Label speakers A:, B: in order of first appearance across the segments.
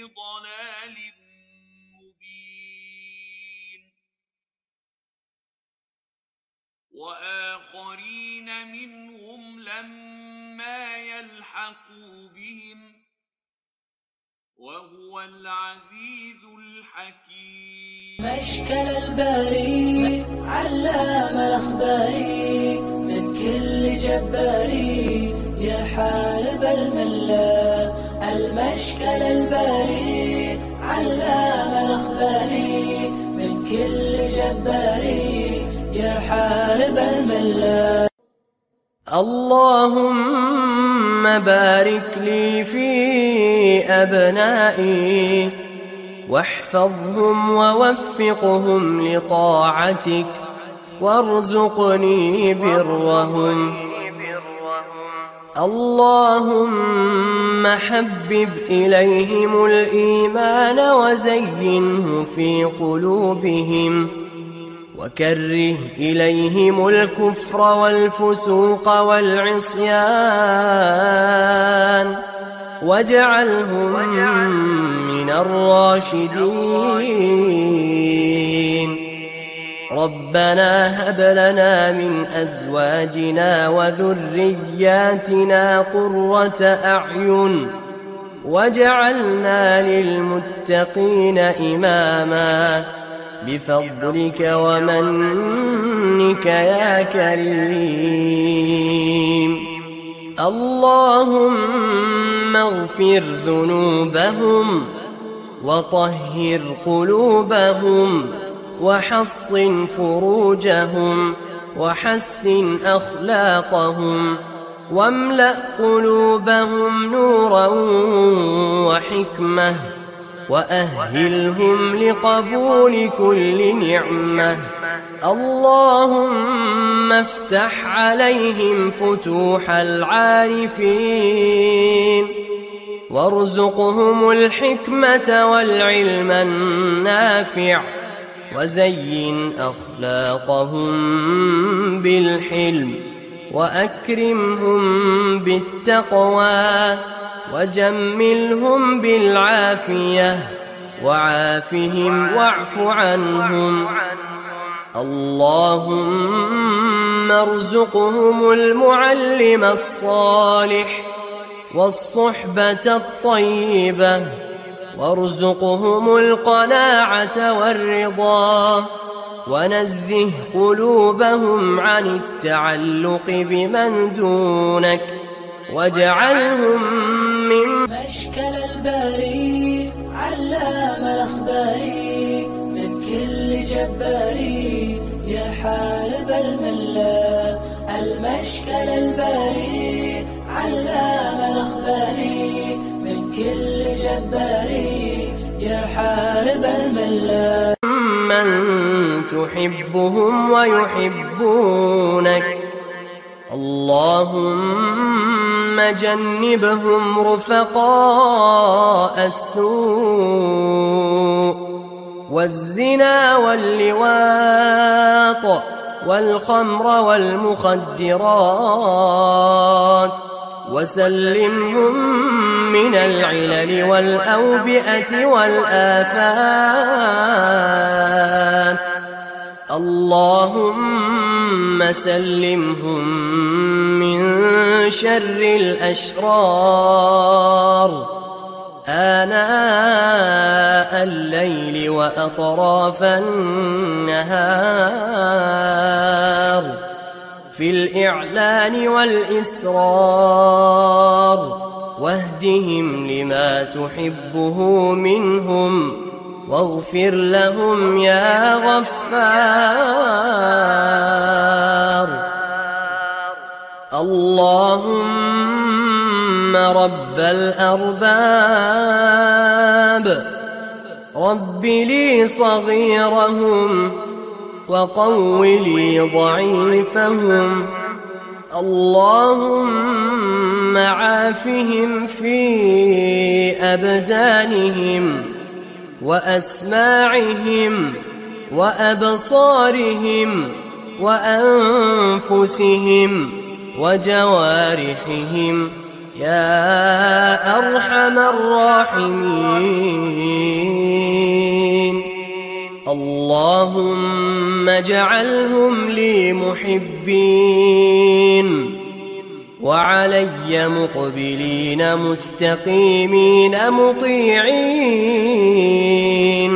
A: ضلال مبين وآخرين منهم لما يلحقوا بهم وهو العزيز الحكيم
B: مشكل الباري علام الأخباري من كل جباري يا حارب الملة. المشكل الباري علام الأخباري من كل جباري يا حارب الملة.
C: اللهم بارك لي في أبنائي واحفظهم ووفقهم لطاعتك وارزقني برهم. اللهم حبب إليهم الإيمان وزينه في قلوبهم وكره إليهم الكفر والفسوق والعصيان واجعلهم من الراشدين. ربنا هب لنا من أزواجنا وذرياتنا قرة أعين واجعلنا للمتقين إماما بفضلك ومنك يا كريم. اللهم اغفر ذنوبهم وطهر قلوبهم وحصن فروجهم وحسن أخلاقهم واملأ قلوبهم نورا وحكمة وأهلهم لقبول كل نعمة. اللهم افتح عليهم فتوح العارفين وارزقهم الحكمة والعلم النافع وزين أخلاقهم بالحلم وأكرمهم بالتقوى وجملهم بالعافية وعافهم واعف عنهم. اللهم ارزقهم المعلم الصالح والصحبة الطيبة وارزقهم القناعة والرضا ونزه قلوبهم عن التعلق بمن دونك واجعلهم من
B: مشكل الباري علام الأخباري من كل جباري يا حارب الملة. المشكل الباري علام الأخباري من كل جباري يا حارب الملة.
C: من تحبهم ويحبونك. اللهم جنبهم رفقاء السوء والزنا واللواط والخمر والمخدرات وسلمهم من العلل والأوبئة والآفات. اللهم سلمهم من شر الأشرار آناء الليل وأطراف النهار في الإعلان والإسرار واهدهم لما تحبه منهم واغفر لهم يا غفار. اللهم رب الأرباب رب لي صغيرهم وقو لي ضعيفهم. اللهم عافهم في أبدانهم وأسماعهم وأبصارهم وأنفسهم وجوارحهم يا أرحم الراحمين اللهم اجعلهم لي محبين وعلي مقبلين مستقيمين مطيعين.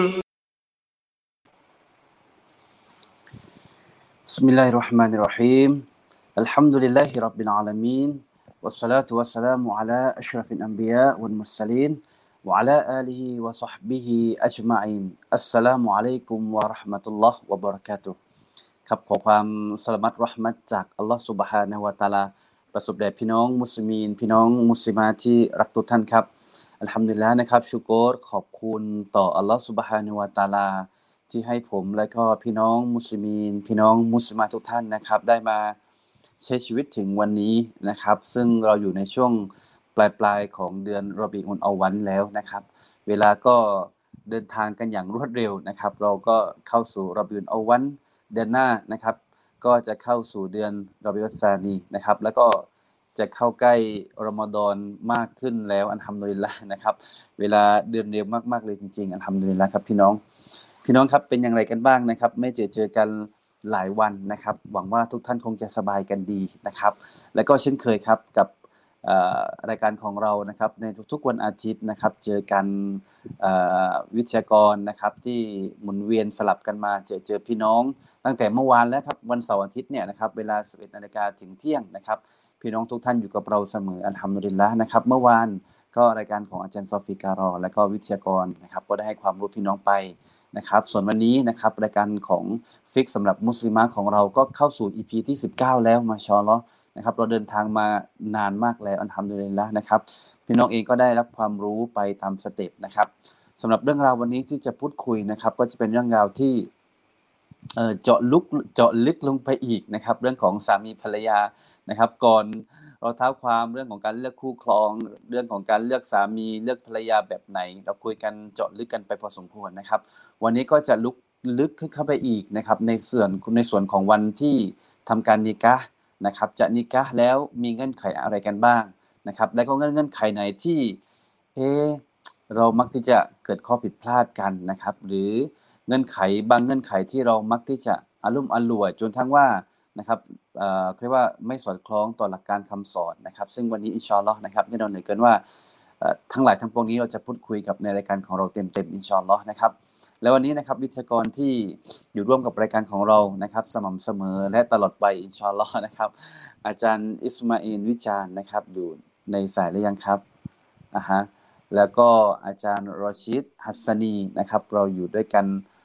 D: بسم الله الرحمن الرحيم الحمد لله رب العالمين والصلاة والسلام على أشرف الأنبياء والمرسلين وعلى آله وصحبه أجمعين السلام عليكم ورحمة الله وبركاته ครับขอความสลามัตเราะห์มัตจากอัลลอฮฺซุบฮานะฮูวะตะอาลาประสบแด่พี่น้องมุสลิมีนพี่น้องมุสลิมาที่รักทุกท่านครับอัลฮัมดุลิลลาห์นะครับชุกรขอบคุณต่ออัลลอฮฺซุบฮานะฮูวะตะอาลาที่ให้ผมและก็พี่น้องมุสลิมีนพี่น้องมุสลิมาทุกท่านนะครับได้มาใช้ชีวิตถึงวันนี้นะครับซึ่งเราอยู่ในช่วงปลายของเดือนรอบีอุลเอาวัลแล้วนะครับเวลาก็เดินทางกันอย่างรวดเร็วนะครับเราก็เข้าสู่รอบีอุลเอาวัลเดือนหน้านะครับก็จะเข้าสู่เดือนรอบีอุลซานีนะครับแล้วก็จะเข้าใกล้รอมฎอนมากขึ้นแล้วอัลฮัมดุลิลละห์นะครับเวลาเดินเร็วมากๆเลยจริงๆอัลฮัมดุลิลละห์ครับพี่น้องครับเป็นอย่างไรกันบ้างนะครับไม่เจอกันหลายวันนะครับหวังว่าทุกท่านคงจะสบายกันดีนะครับแล้วก็เช่นเคยครับกับรายการของเรานะครับในทุกๆวันอาทิตย์นะครับเจอกันวิทยากรนะครับที่หมุนเวียนสลับกันมาเจอพี่น้องตั้งแต่เมื่อวานแล้วครับวันเสาร์อาทิตย์เนี่ยนะครับเวลา 11:00 นถึงเที่ยงนะครับพี่น้องทุกท่านอยู่กับเราเสมออัลฮัมดุลิลละห์นะครับเมื่อวานก็รายการของอาจารย์ซอฟีการอและก็วิทยากรนะครับก็ได้ให้ความรู้พี่น้องไปนะครับส่วนวันนี้นะครับรายการของฟิกสำหรับมุสลิมะของเราก็เข้าสู่ EP ที่19แล้วมาชาอัลเลาะห์นะครับเราเดินทางมานานมากแล้วอัลฮัมดุลิลละห์นะครับพี่น้องเองก็ได้รับความรู้ไปตามสเต็ปนะครับสำหรับเรื่องราววันนี้ที่จะพูดคุยนะครับก็จะเป็นเรื่องราวที่เจาะลึกลงไปอีกนะครับเรื่องของสามีภรรยานะครับก่อนเราเท้าความเรื่องของการเลือกคู่ครองเรื่องของการเลือกสามีเลือกภรรยาแบบไหนเราคุยกันเจาะลึกกันไปพอสมควรนะครับวันนี้ก็จะลึกเข้าไปอีกนะครับในส่วนของวันที่ทำการนิกะห์นะครับจะนิกะห์แล้วมีเงื่อนไขอะไรกันบ้างนะครับและก็เงื่อนไขไหนที่เรามักที่จะเกิดข้อผิดพลาดกันนะครับหรือเงื่อนไขบางเงื่อนไขที่เรามักที่จะอารุ่มอร่วยจนทั้งว่านะครับเรียกว่าไม่สอดคล้องต่อหลักการคำสอนนะครับซึ่งวันนี้อินชาอัลเลาะห์นะครับแน่นอนเหลือเกินว่าทั้งหลายทั้งปวงนี้เราจะพูดคุยกับในรายการของเราเต็มอินชาอัลเลาะห์นะครับแล้ววันนี้นะครับวิทยากรที่อยู่ร่วมกับรายการของเรานะครับสม่ำเสมอและตลอดไปอินชาอัลเลาะห์นะครับอาจารย์อิสมาอีลวิจารณ์นะครับอยู่ในสายหรือยังครับแล้วก็อาจารย์รอชิดฮัสซานีนะครับเราอยู่ด้วยกัน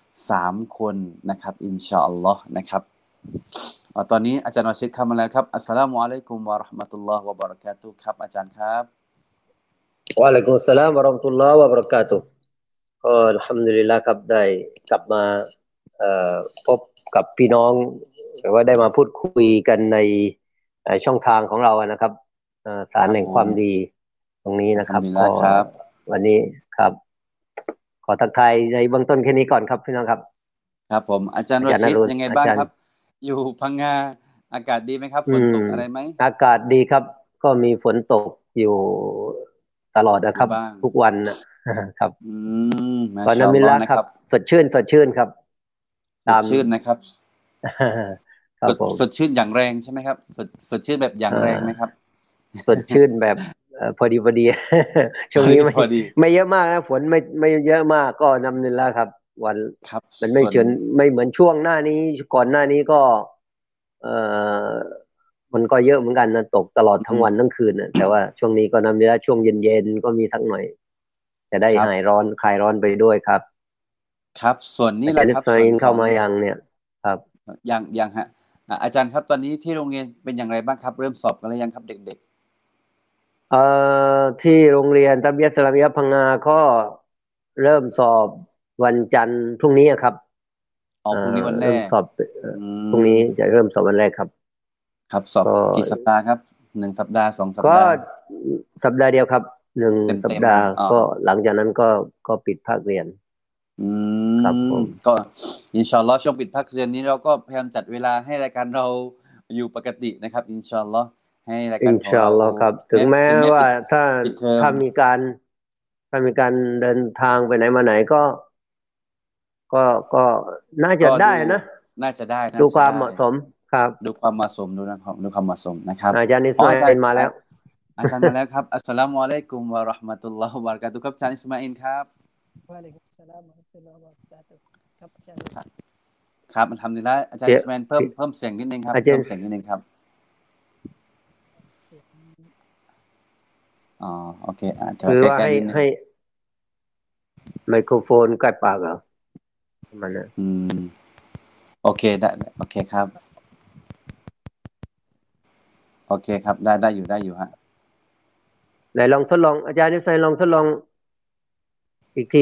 D: 3คนนะครับอินชาอัลเลาะห์นะครับตอนนี้อาจารย์รอชิดเข้ามาแล้วครับอัสสลามุอะลัยกุมวะเราะห์มะตุลลอฮ์วะบะเราะกาตุฮ์ครับอาจารย์ครับ
E: วะอะลัยกุมุสสลามวะเราะห์มะตุลลอฮ์วะบะเราะกาตุฮ์ก็อัลฮัมดุลิลลาห์ครับได้กลับมาพบกับพี่น้องหรือว่าได้มาพูดคุยกันในช่องทางของเรานะครับสารแห่งความดีตรงนี้นะครับก็วันนี้ครับขอทักทายในเบื้องต้นแค่นี้ก่อนครับพี่น้องครับ
D: ครับผมอาจารย์รอชิดยังไงบ้างครับอยู่พังงาอากาศดีไหมครับฝนตกอะไรไหม
E: อากาศดีครับก็มีฝนตกอยู่ตลอดนะครับทุกวันนะครับตอนนั้นมิลลาครับสดชื่นครับ
D: สดชื่นนะครับสดชื่นอย่างแรงใช่ไหมครับสดชื่นแบบอย่างแรงไหมครับ
E: สดชื่นแบบพอดีช่วงนี้ไม่เยอะมากนะฝนไม่เยอะมากก็นำมิลลาครับวันมันไม่เหมือนช่วงหน้านี้ก่อนหน้านี้ก็มันก็เยอะเหมือนกันนะตกตลอดทั้งวันทั้งคืนนะแต่ว่าช่วงนี้ก็นำเนื้อช่วงเย็นๆก็มีสักหน่อยจะได้หายร้อนคลายร้อนไปด้วยครับ
D: ครับส่วนนี้แหละครับ
E: ส่วนเข้ามายังเนี่ยครับ
D: ยังฮะอาจารย์ครับตอนนี้ที่โรงเรียนเป็นอย่างไรบ้างครับเริ่มสอบกันหรือยังครับเด็ก
E: ๆที่โรงเรียนตับเบียะอิสลามียะห์พังงาก็เริ่มสอบวันจันทร์พรุ่งนี้ครับ
D: พรุ่งนี้วันแรก
E: สอบพรุ่งนี้จะเริ่มสอบวันแรกครับ
D: ครับสอบกี่สัปดาห์ครับ1สัปดาห์2สัปดาห์
E: ก็สัปดาห์เดียวครับ1สัปดาห์ก็หลังจากนั้นก็ปิดภาคเรียน
D: ครับผมก็อินชาอัลเลาะห์ช่วงปิดภาคเรียนนี้เราก็พยายามจัดเวลาให้รายการเราอยู่ปกตินะครับอินชาอัลเลาะห์ให้ราย
E: อิ
D: การของเรา
E: นชาอัลลอฮ์ครับ ถึงแม้
D: ถึงแม้
E: ว่า
D: ปิดเทอม
E: ถ้ามีการเดินทางไปไหนมาไหนก็น่าจะ
D: ก็
E: ได้นะ
D: น่าจะได้
E: ดูความเหมาะสมครับ
D: ดูความเหมาะสมดูนะครับดูความเหมาะสมนะครับ
E: อาจารย์อิสมาอิลมาแล้ว
D: อาจารย์มาแล้วครับอัสสลามุอะลัยกุมวะเราะห์มะตุลลอฮ์วะบะเราะกาตุฮ์ครับอาจารย์อิสมาอิลครับ
F: วะอะลัยกุมสสลามวะเราะห์มะตุลลอฮ์วะบะเราะกาตุฮ์ครับอาจารย์
D: ครับอัลฮัมดุลิลละห์อาจารย์อิสมาอิลเพิ่มเสียงนิดนึงครับ
E: อาจารย์
D: เพิ่มเสียงนิดนึงครับอ๋อโอเคเดี๋ยว
E: คือว่า
D: ใกล้ๆนิดนึง
E: ให้ไมโครโฟนใกล้ปากเหรอประมันนะ
D: โอเคได้โอเคครับโอเคครับได้อยู่ฮะ
E: ไหนลองทดลองอาจารย์นิสัยลองทดลองอีกที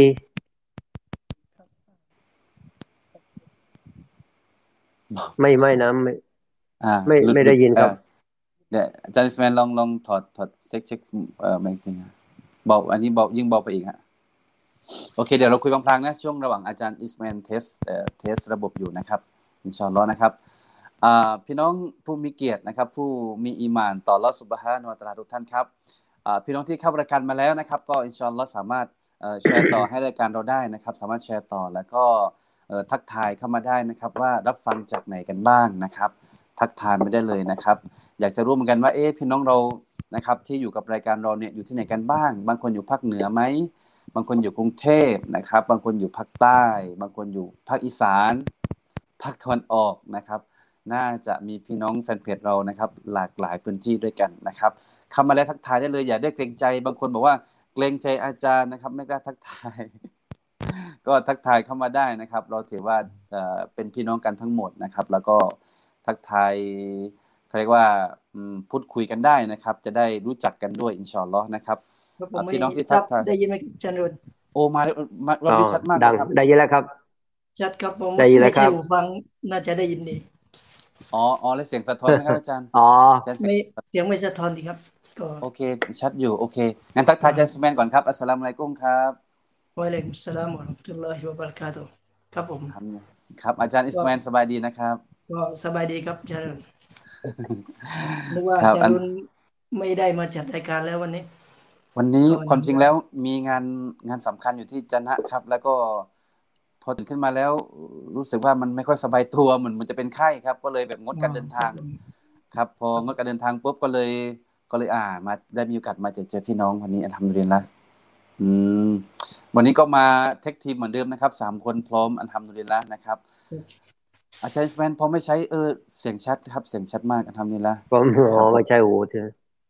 E: ไม่นะไม่ได้ยินครับ
D: เดี๋ยวอาจารย์อิสมาอิลลองถอดเช็คไม่จริงเบาอันนี้เบายิ่งเบาไปอีกฮะโอเคเดี๋ยวเราคุยพลางๆนะช่วงระหว่างอาจารย์อิสมาอิลเทสระบบอยู่นะครับอินชาอัลลอฮ์นะครับพี่น้องผู้มีเกียรตินะครับผู้มีอีหม่านต่ออัลเลาะห์ซุบฮานะฮูวะตะอาลาทุกท่านครับพี่น้องที่เข้ารายการมาแล้วนะครับก็อินชาอัลลอฮ์สามารถแชร์ต่อให้รายการเราได้นะครับสามารถแชร์ต่อแล้วก็ทักทายเข้ามาได้นะครับว่ารับฟังจากไหนกันบ้างนะครับทักทายไม่ได้เลยนะครับอยากจะรู้เหมือนกันว่าพี่น้องเรานะครับที่อยู่กับรายการเราเนี่ยอยู่ที่ไหนกันบ้างบางคนอยู่ภาคเหนือไหมบางคนอยู่กรุงเทพนะครับบางคนอยู่ภาคใต้บางคนอยู่ภาคอีสานภาคตะวันออกนะครับน่าจะมีพี่น้องแฟนเพจเรานะครับหลากหลายพื้นที่ด้วยกันนะครับเข้ามาแล้วทักทายได้เลยอย่าได้เกรงใจบางคนบอกว่าเกรงใจอาจารย์นะครับไม่กล้าทักทาย ก็ทักทายเข้ามาได้นะครับเราถือว่าเป็นพี่น้องกันทั้งหมดนะครับแล้วก็ทักทายเรียกว่าพูดคุยกันได้นะครับจะได้รู้จักกันด้วยอินชาอัลลอฮ์นะครับพี่น้องที่ทักทาย
F: ได้ยินไหมครับอาจารย์รุน
D: โอ้มาวันนี้ชัดมากครับ
E: ได้ยินแล้วครับ
F: ชัดครับผม
E: ได้ยินแล้วครับ
F: ไม่ใช่หูฟังน่าจะได้ยินดี
D: อ๋อแล้วเสียงสะท้อนไหมครับอาจารย์
F: ไม่เสียงไม่สะท้อนดีครับก็
D: โอเคชัดอยู่โอเคงั้นทักทายอาจารย์สแมนก่อนครับอัสสลามุอะลัยกุมครับ
F: วะอะลัยกุมสสลามวะเราะห์มะตุลลอฮิวะบะเราะกาตุฮ์ครับผม
D: ครับอาจารย์อิสมาอิลสบายดีนะครับ
F: ก็สบายดีครับอาจารย์รุนนึกว่าอาจารย์รุนไม่ได้มาจัดรายการแล้ววันนี้
D: ความจริงแล้วมีงานสำคัญอยู่ที่จะนะครับแล้วก็พอตื่นขึ้นมาแล้วรู้สึกว่ามันไม่ค่อยสบายตัวเหมือนมันจะเป็นไข้ครับก็เลยแบบงดการเดินทางครับพองดการเดินทางปุ๊บก็เลยมาได้มีโอกาสมาเจอพี่น้องวันนี้อัลฮัมดุลิลละห์วันนี้ก็มาเทคทีมเหมือนเดิมนะครับ3คนพร้อมอัลฮัมดุลิลละห์นะครับอาจารย์อิสมาอิลพอไม่ใช้เสียงชัดครับเสียงชัดมากอัลฮัมดุลิลละห์
E: ผมไม่ใช่หูใช่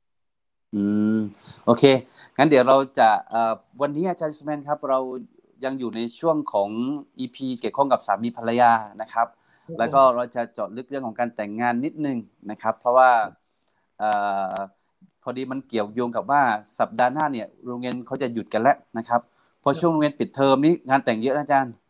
D: โอเคงั้นเดี๋ยวเราจะวันนี้อาจารย์อิสมาอิลครับเรายังอยู่ในช่วงของ EP เกี่ยวข้องกับสามีภรรยานะครับแล้วก็เราจะเจาะลึกเรื่องของการแต่งงานนิดนึงนะครับเพราะว่าพอดีมันเกี่ยวโยงกับว่าสัปดาห์หน้าเนี่ยโรงเรียนเขาจะหยุดกันแล้วนะครับพอช่วงโรงเรียนปิดเทอมนี้งานแต่งเยอะนะอาจารย์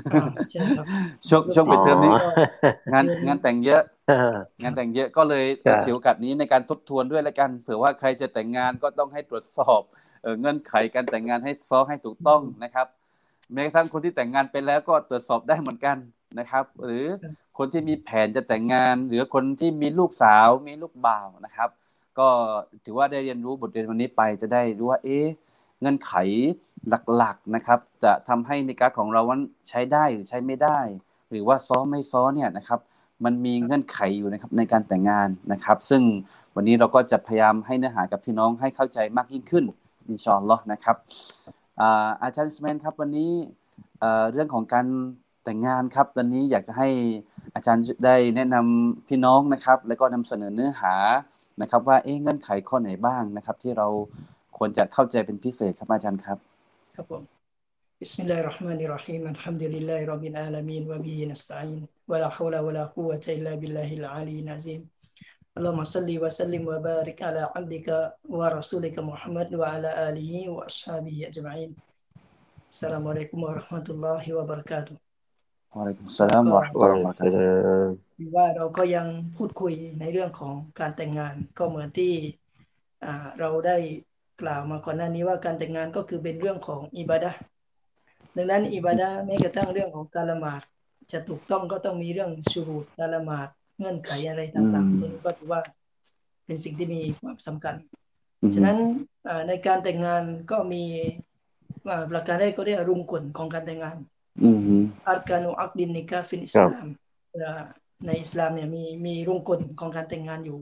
D: ช่วงปิดเทอมนี้งานแต่งเยอะก็เลยถือโอกาสนี้ในการทบทวนด้วยแล้วกันเผื่อว่าใครจะแต่งงานก็ต้องให้ตรวจสอบเงื่อนไขการแต่งงานให้ให้ถูกต้องนะครับแม้กระทั่งคนที่แต่งงานไปแล้วก็ตรวจสอบได้เหมือนกันนะครับหรือคนที่มีแผนจะแต่งงานหรือคนที่มีลูกสาวมีลูกบ่าวนะครับก็ถือว่าได้เรียนรู้บทเรียนวันนี้ไปจะได้รู้ว่าเงื่อนไขหลักๆนะครับจะทำให้นิกาห์ของเรานั้นใช้ได้หรือใช้ไม่ได้หรือว่าซ้อไม่ซ้อเนี่ยนะครับมันมีเงื่อนไขอยู่นะครับในการแต่งงานนะครับซึ่งวันนี้เราก็จะพยายามให้เนื้อหากับพี่น้องให้เข้าใจมากยิ่งขึ้นอินชาอัลลอฮ์นะครับอาจารย์อิสมาอิลครับวันนี้เรื่องของการแต่งงานครับตอนนี้อยากจะให้อาจารย์ได้แนะนำพี่น้องนะครับแล้วก็นำเสนอเนื้อหานะครับว่าเงื่อนไขข้อไหนบ้างนะครับที่เราควรจะเข้าใจเป็นพิเศษครับอาจารย์ครับ
F: ครับผมบิสมิลลาฮิรเราะห์มานิรเราะฮีมอัลฮัมดุลิลลาฮิร็อบบิลอาลามีนวะบิฮินัสตะอีนวะลาฮาวละวะลากุวะตะอิลลาบิลลาฮิลอาลียิลอะซีมAllahumma salli wa sallim wa barik ala 'abdika wa rasulika Muhammad wa ala alihi wa ashabihi ajma'in Assalamualaikum warahmatullahi wabarakatuh
D: วะอะลัยกุมสสลามวะเราะห์มะตุลลอฮิวะบะเราะกาตุฮ์
F: ว่าเราก็ยังพูดคุยในเรื่องของการแต่งงานก็เหมือนที่เราได้กล่าวมาก่อนหน้านี้ว่าการแต่งงานก็คือเป็นเรื่องของอิบาดะห์ดังนั้นอิบาดะห์แม้กระทั่งเรื่องของการละหมาดจะถูกต้องก็ต้องมีเรื่องชูรูตการละหมาดเงื่อนไขอะไรต่างๆตัวนี้ก็ถือว่าเเป็นสิ่งที่มีความสำคัญ
D: อืม
F: ฉะนั้นในการแต่งงานก็มีประการแรกก็เรียกรุงกลของการแต่งงาน
D: อืม
F: อัรกานุอักดินนิกาฟินอิสลามในอิสลามเนี่ยมีรุงกลของการแต่งงานอยู่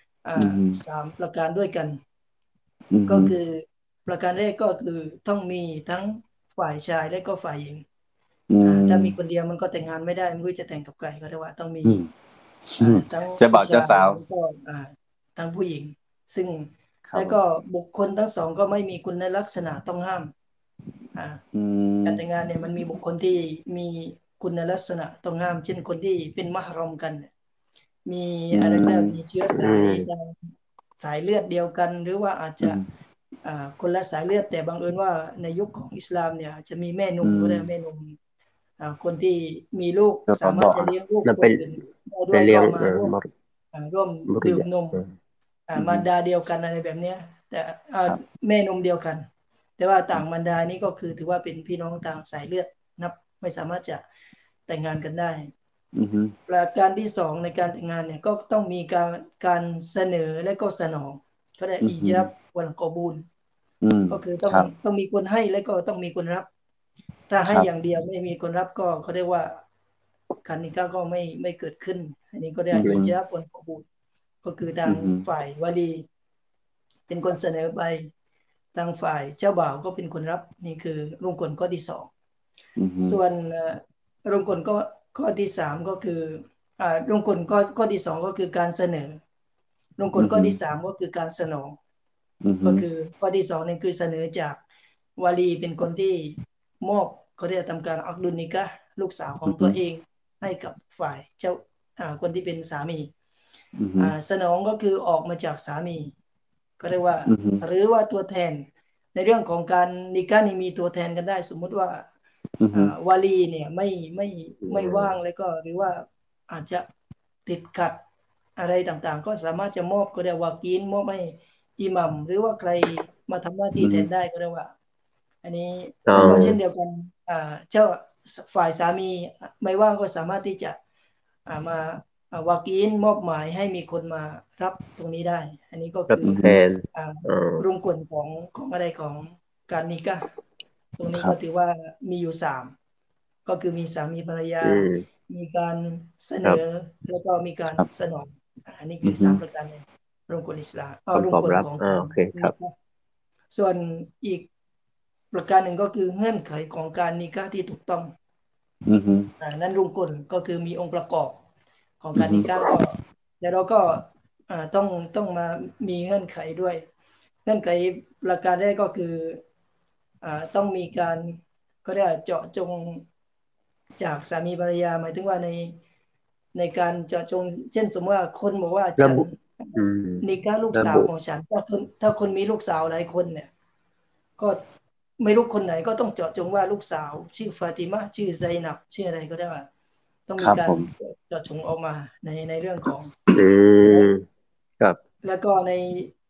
F: 3 ประการด้วยกัน ก็คือประการแรกก็คือต้องมีทั้งฝ่ายชายและก็ฝ่ายหญิงถ้ามีคนเดียวมันก็แต่งงานไม่ได้ไม่รู้จะแต่งกับใครก็เรียกว่าต้องมีทั้ง
D: เจ้าบ่าวเจ้าสาว
F: ก็ทั้งผู้หญิงซึ่งแล้วก็บุคคลทั้งสองก็ไม่มีคุณลักษณะต้องห้ามการแต่งงานเนี่ยมันมีบุคคลที่มีคุณลักษณะต้องห้ามเช่นคนที่เป็นมหรอมกันมีอะไรก็มีเชื้อสายเลือดเดียวกันหรือว่าอาจจะคนละสายเลือดแต่บังเอิญว่าในยุคของอิสลามเนี่ยจะมีแม่นมก็ได้แม่นมคนที่มีลูกสามารถจะเลี้ยงลูกคนอื่นด้วยก็มาร่วมดื่มนมมารดาเดียวกันอะไรแบบนี้แต่แม่นมเดียวกันแต่ว่าต่างมารดานี่ก็คือถือว่าเป็นพี่น้องต่างสายเลือดนับไม่สามารถจะแต่งงานกันได้ประการที่2ในการแต่งงานเนี่ยก็ต้องมีการเสนอและก็สนองก็ได้อีญับวันกอบูลก็คือต้องมีคนให้และก็ต้องมีคนรับถ้าให้อย่างเดียวไม่มีคนรับก็เขาเรียกว่าการนิกาก็ไม่เกิดขึ้นอันนี้ก็ได้อีญับวันกอบูลก็คือทางฝ่ายวาลีเป็นคนเสนอไปทางฝ่ายเจ้าบ่าวก็เป็นคนรับนี่คือรุงกลข้อที่2ส่วนรุงกลข้อที่3ก็คือรุงกลข้อที่2ก็คือการเสนอรุงกลข้อที่3ก็คือการสนองก็คือข้อที่2นี่คือเสนอจากวาลีเป็นคนที่มอบเขาเรียกทำการอักดุลนิกะห์ลูกสาวของตัวเองให้กับฝ่ายเจ้าคนที่เป็นสามีสนองก็คือออกมาจากสามีก็เรียกว่าหรือว่าตัวแทนในเรื่องของการนิกะห์นี่มีตัวแทนกันได้สมมุติว่าวาลีเนี่ยไม่ว่างแล้วก็หรือว่าอาจจะติดขัดอะไรต่างๆก็สามารถจะมอบก็เรียกว่ากีนมอบให้อิหมัมหรือว่าใครมาทำหน้าที่แทนได้ก็เรียกว่าอันนี้ก็เช่นเดียวกันเจ้าฝ่ายสามีไม่ว่างก็สามารถที่จะมาวากีนมอบหมายให้มีคนมารับตรงนี้ได้อันนี้ก็คือรุงกลของอะไรของการนิกะห์ตรงนี้ก็ถือว่ามีอยู่3ก็คือมีสามีภรรยามีการเสนอแล้วก็มีการสนองอันนี้คือ3ประการในรุงกลอิสลามรุงกลของการนิกะห์ส่วนอีกประการหนึ่งก็คือเงื่อนไขของการนิกะห์ที่ถูกต้องนั้นรุงกลก็คือมีองค์ประกอบของการนิกะห์ก็แล้วเราก็ต้องมามีเงื่อนไขด้วยเงื่อนไขประการแรกก็คือต้องมีการก็ได้เจาะจงจากสามีภรรยาหมายถึงว่าในการเจาะจงเช่นสมมติว่าคนบอกว่าฉันนิกะห์ลูกสาวของฉันถ้าคนมีลูกสาวหลายคนเนี่ยก็ไม่รู้คนไหนก็ต้องเจาะจงว่าลูกสาวชื่อฟาติมะชื่อไซนับชื่ออะไรก็ได้ว่าต้องมีการเจาะจงออกมาในเรื่องของ
E: ครับ
F: แล้วก็ใน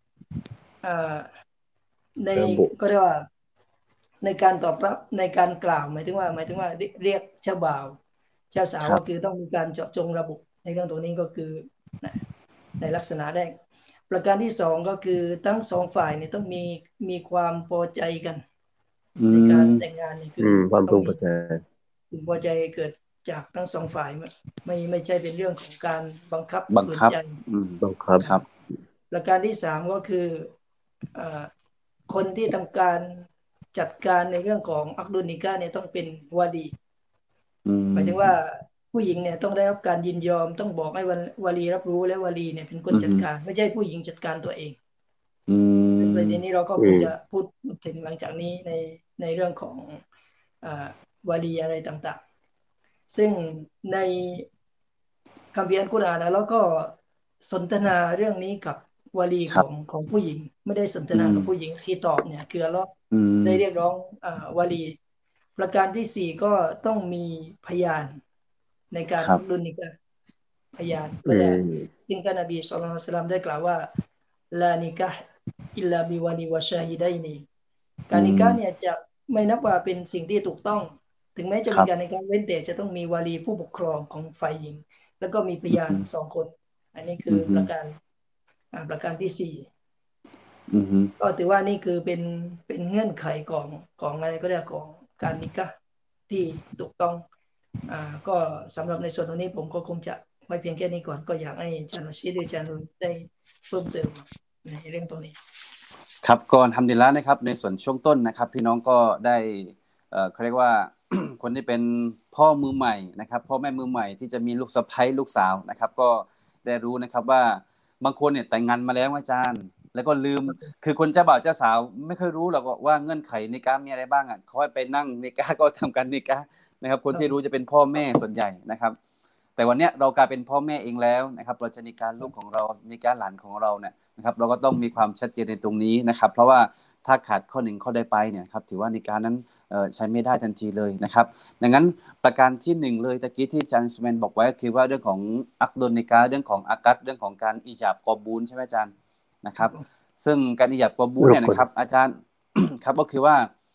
F: ก็เรียกว่าในการตอบรับในการกล่าวหมายถึงว่าเรียกเจ้าบ่าวเจ้าสาวก็คือต้องมีการเจาะจงระบุในเรื่องตรงนี้ก็คือในลักษณะแรกประการที่2ก็คือทั้ง2ฝ่ายเนี่ยต้องมีความพอใจกันในการแต่งงานนี่คือ
E: ความพึงพอใจ
F: พอใจเกิดจากทั้ง2ฝ่ายไม่ใช่เป็นเรื่องของการบังคับใจ
E: บังคับครับ
F: ประการที่3ก็คือคนที่ทำการจัดการในเรื่องของอักดุลนิกะห์เนี่ยต้องเป็นวาลีหมายถึงว่าผู้หญิงเนี่ยต้องได้รับการยินยอมต้องบอกให้วาลีรับรู้และวาลีเนี่ยเป็นคนจัดการไม่ใช่ผู้หญิงจัดการตัวเองซึ่งประเด็นนี้เราก็คงจะพูดถึงหลังจากนี้ในเรื่องของวาลีอะไรต่างๆซึ่งในคัมภีร์อัลกุรอานแล้วก็สนทนาเรื่องนี้กับวาลีของผู้หญิงไม่ได้สนทนากับผู้หญิงคีตอบเนี่ยคืออัลเลาะห์ได้เรียกร้องวาลีประการที่4ก็ต้องมีพยานในการอักดุลนิกะห์พยานก็ได้ซึ่งท่านนบีศ็อลลัลลอฮุอะลัยฮิวะซัลลัมได้กล่าวว่าลานิกะห์อิลลาบิวาลีวะชาฮิดัยนีการนิกะห์เนี่ยจะไม่นับว่าเป็นสิ่งที่ถูกต้องถึงแม้จะมีการในการเว้นแต่จะต้องมีวาลีผู้ปกครองของฝ่ายหญิงแล้วก็มีพยาน2คนอันนี้คือประการประการที่สี่
D: อือฮึ
F: ก็ถือว่านี่คือเป็นเงื่อนไขของอะไรก็เรียกของการนิกะห์ที่ถูกต้องก็สำหรับในส่วนตรงนี้ผมก็คงจะไว้เพียงแค่นี้ก่อนก็อยากให้อาจารย์รอชีดหรืออาจารย์นุนได้เพิ่มเติมในเรื่องตรงนี้
D: ครับก่อนทำดีแล้วนะครับในส่วนช่วงต้นนะครับพี่น้องก็ได้เขาเรียกว่า คนที่เป็นพ่อมือใหม่นะครับพ่อแม่มือใหม่ที่จะมีลูกสะใภ้ลูกสาวนะครับก็ได้รู้นะครับว่าบางคนเนี่ยแต่งงานมาแล้วอาจารย์แล้วก็ลืมคือคนเจ้าบ่าวเจ้าสาวไม่ค่อยรู้หรอกว่าเงื่อนไขในการมีอะไรบ้างอ่ะเขาให้ไปนั่งในการก็ทำกันในการนะครับคนที่รู้จะเป็นพ่อแม่ส่วนใหญ่นะครับแต่วันนี้เรากลายเป็นพ่อแม่เองแล้วนะครับเราจะนิการลูกของเรานิการหลานของเราเนี่ยนะครับเราก็ต้องมีความชัดเจนในตรงนี้นะครับเพราะว่าถ้าขาดข้อหนึ่งข้อใดไปเนี่ยครับถือว่านิการนั้นใช้ไม่ได้ทันทีเลยนะครับดังนั้นประการที่หนึ่งเลยตะกี้ที่อาจารย์สุเมนบอกไว้ก็คือว่าเรื่องของอักดลนิกาเรื่องของอากัดเรื่องของการอิจาบกอบูลใช่ไหมอาจารย์นะครับซึ่งการอิจาบกอบูลเนี่ยนะครับอาจารย์ ครับก็คือว่า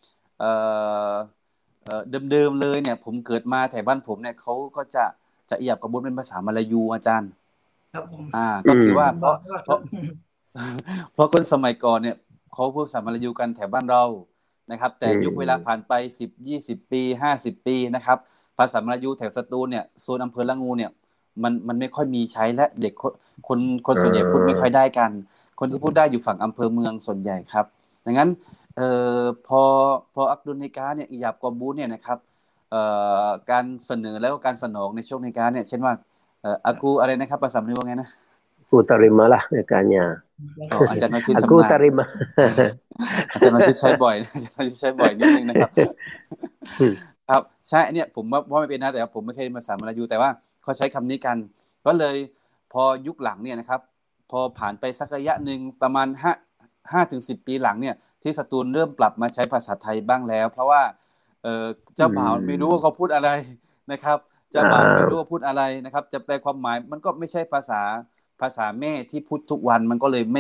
D: เดิมๆเลยเนี่ยผมเกิดมาแถวบ้านผมเนี่ยเขาก็จะอิจาบกอบูลเป็นภาษามาลายูอาจารย์
F: ครับผม
D: ก็คือว่าเพราะคนสมัยก่อนเนี่ยเขาพูดภาษามาลายูกันแถวบ้านเรานะครับแต่ยุคเวลาผ่านไป10-20 ปี50 ปีนะครับภาษามาลายูแถวสตูลเนี่ยโซนอำเภอละงูเนี่ยมันไม่ค่อยมีใช้และเด็กคนส่วนใหญ่พูดไม่ค่อยได้กันคนที่พูดได้อยู่ฝั่งอำเภอเมืองส่วนใหญ่ครับดังนั้นพออักดุลนิกาเนี่ยอิหยาบกอบูเนี่ยนะครับการเสนอแล้วก็การสนองในช่วงนิกาเนี่ยเช่นว่าakuอะไรนะครับภาษามาลายูว่าไงนะ
E: aku terimalah nikahnya
D: อาจารย์นชิต
E: aku terima
D: อาจารย์นชิตใช้บ่อยอาจารย์นชิตใช้บ่อยนิดนึงนะครับครับใช่เนี่ยผมว่าไม่เป็นนะแต่ผมไม่เคยภาษามาลายูแต่ว่าเขาใช้คำนี้กันก็เลยพอยุคหลังเนี่ยนะครับพอผ่านไปสักระยะนึงประมาณ5-10 ปีหลังเนี่ยที่สตูลเริ่มปรับมาใช้ภาษาไทยบ้างแล้วเพราะว่าเจ้าบ่าวไม่รู้ว่าเขาพูดอะไรนะครับเจ้าบ่าวไม่รู้ว่าพูดอะไรนะครับจะแปลความหมายมันก็ไม่ใช่ภาษาแม่ที่พูดทุกวันมันก็เลย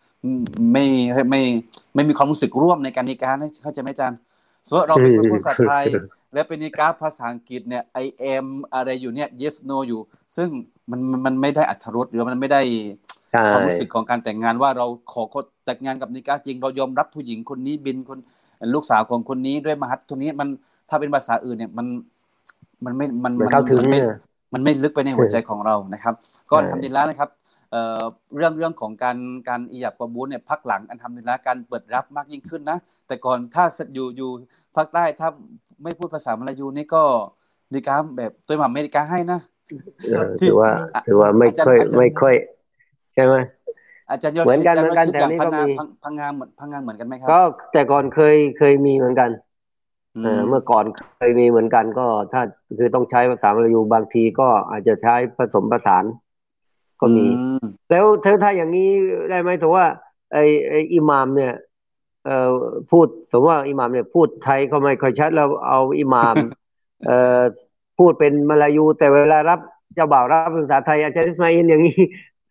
D: ไม่มีความรู้สึกร่วมในการนิกาเข้าใจไหมอาจารย์ส่วนเราเป็นคนพูดภาษาไทยและเป็นนิกาภาษาอังกฤษเนี่ย I am อะไรอยู่เนี่ย yes no อยู่ซึ่งมันไม่ได้อรรถรสหรือมันไม่ได้ความรู้สึกของการแต่งงานว่าเราขอแต่งงานกับนิกาจริงเรายอมรับผู้หญิงคนนี้บินคนลูกสาวของคนนี้ด้วยมหัตตรงนี้มันถ้าเป็นภาษาอื่นเนี่ยมันไม่ลึกไปในหัวใจของเรานะครับก็ทำดีแล้วนะครับเรื่องของการอิหยาบกอบูลเนี่ยพักหลังอันทำดีแล้วการเปิดรับมากยิ่งขึ้นนะแต่ก่อนถ้าอยู่ภาคใต้ถ้าไม่พูดภาษามลายูนี่ก็นิกาแบบตัวหม่ำอเมริกาให้นะ
E: ถือว่าไม่ค่อยใช่ไหม
D: อาจารย์ยอดเหมือนกันแถวนี้ก็มีพังงานเหมือนกันไหมครับ
E: ก็แต่ก่อนเคยมีเหมือนกันเมื่อก่อนเคยมีเหมือนกันก็ถ้าคือต้องใช้ภาษามลายูบางทีก็อาจจะใช้ผสมผสานก็มีแล้วถ้าอย่างนี้ได้ไหมถือว่าไออิหม่ามเนี่ยพูดสมมติว่าอิหม่ามเนี่ยพูดไทยก็ไม่ค่อยชัดแล้วเอาอิหม่ามพูดเป็นมลายูแต่เวลารับเจ้าบ่าวรับภาษาไทยอาจารย์อิสมาอิลอย่างนี้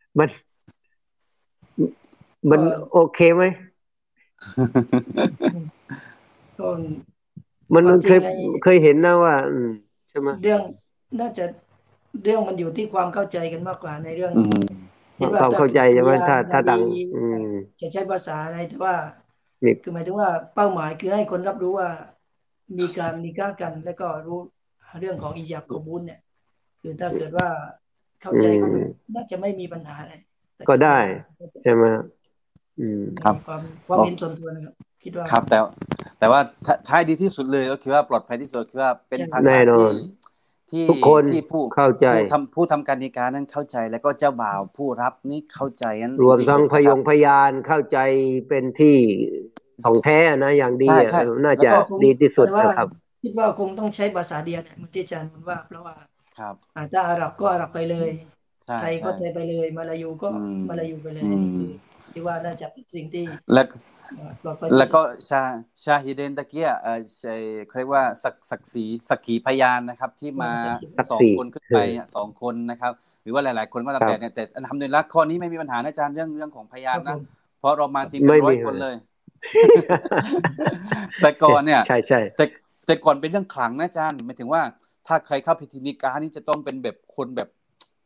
E: มันโอเคไหมมันเคยเห็นนะว่าใช่ไหม
F: เรื่องน่าจะเรื่องมันอยู่ที่ความเข้าใจกันมากกว่าในเรื่อง
E: ความเข้าใจใช่ไหมถ้าดัง
F: จะใช้ภาษาอะไรแต่ว่าคือหมายถึงว่าเป้าหมายคือให้คนรับรู้ว่ามีการนิกะห์กันแล้วก็รู้เรื่องของอิหยาบกอบูลเนี่ยคือถ้าเกิดว่าเข้าใจก็น่าจะไม่มีปัญหาอะไร
E: ก็ได้ใช่ไหม
D: ครับ
F: ความเห็นส่วนตัวนะครับคิดว่า
D: ครับแต่ว่าท้ายดีที่สุดเลยก็คือว่าปลอดภัยที่สุดคือว่าเป็นภาษาที่
E: ทุกคนเข้าใจ
D: ผู้ทำการนิกานั้นเข้าใจแล้วก็เจ้าบ่าวผู้รับนี่เข้าใจนั้น
E: รวมทั้งพยานเข้าใจเป็นที่ของแท้นะอย่างดีน่าจะดีที่สุดนะครับ
F: คิดว่าคงต้องใช้ภาษาเดียวเนี่ยเหมือนที่อาจารย์พูดว่าเพราะว่าถ้าอาหรับก็อาหรับไปเลยไทยก็ไทยไปเลยมาลายูก็มาลายูไปเลยนี่คือที่ว่าน่าจะเป็นสิ่งที่
D: แล้วก็ชาฮิเดนตะเกียเขาเรียกว่าสักขีพยานนะครับที่มา2 คนขึ้นไป2 คนนะครับหรือว่าหลายๆคนก็ตามแต่ทำโดยละข้อนี้ไม่มีปัญหานะอาจารย์เรื่องของพยานนะเพราะเรามาทีมเป็น100 คนเลยแต่ก่อนเนี่ย
E: ใช่
D: แต่ก่อนเป็นเรื่องขลังนะอาจารย์หมายถึงว่าถ้าใครเข้าพิธีนิกานี่จะต้องเป็นแบบคนแบบ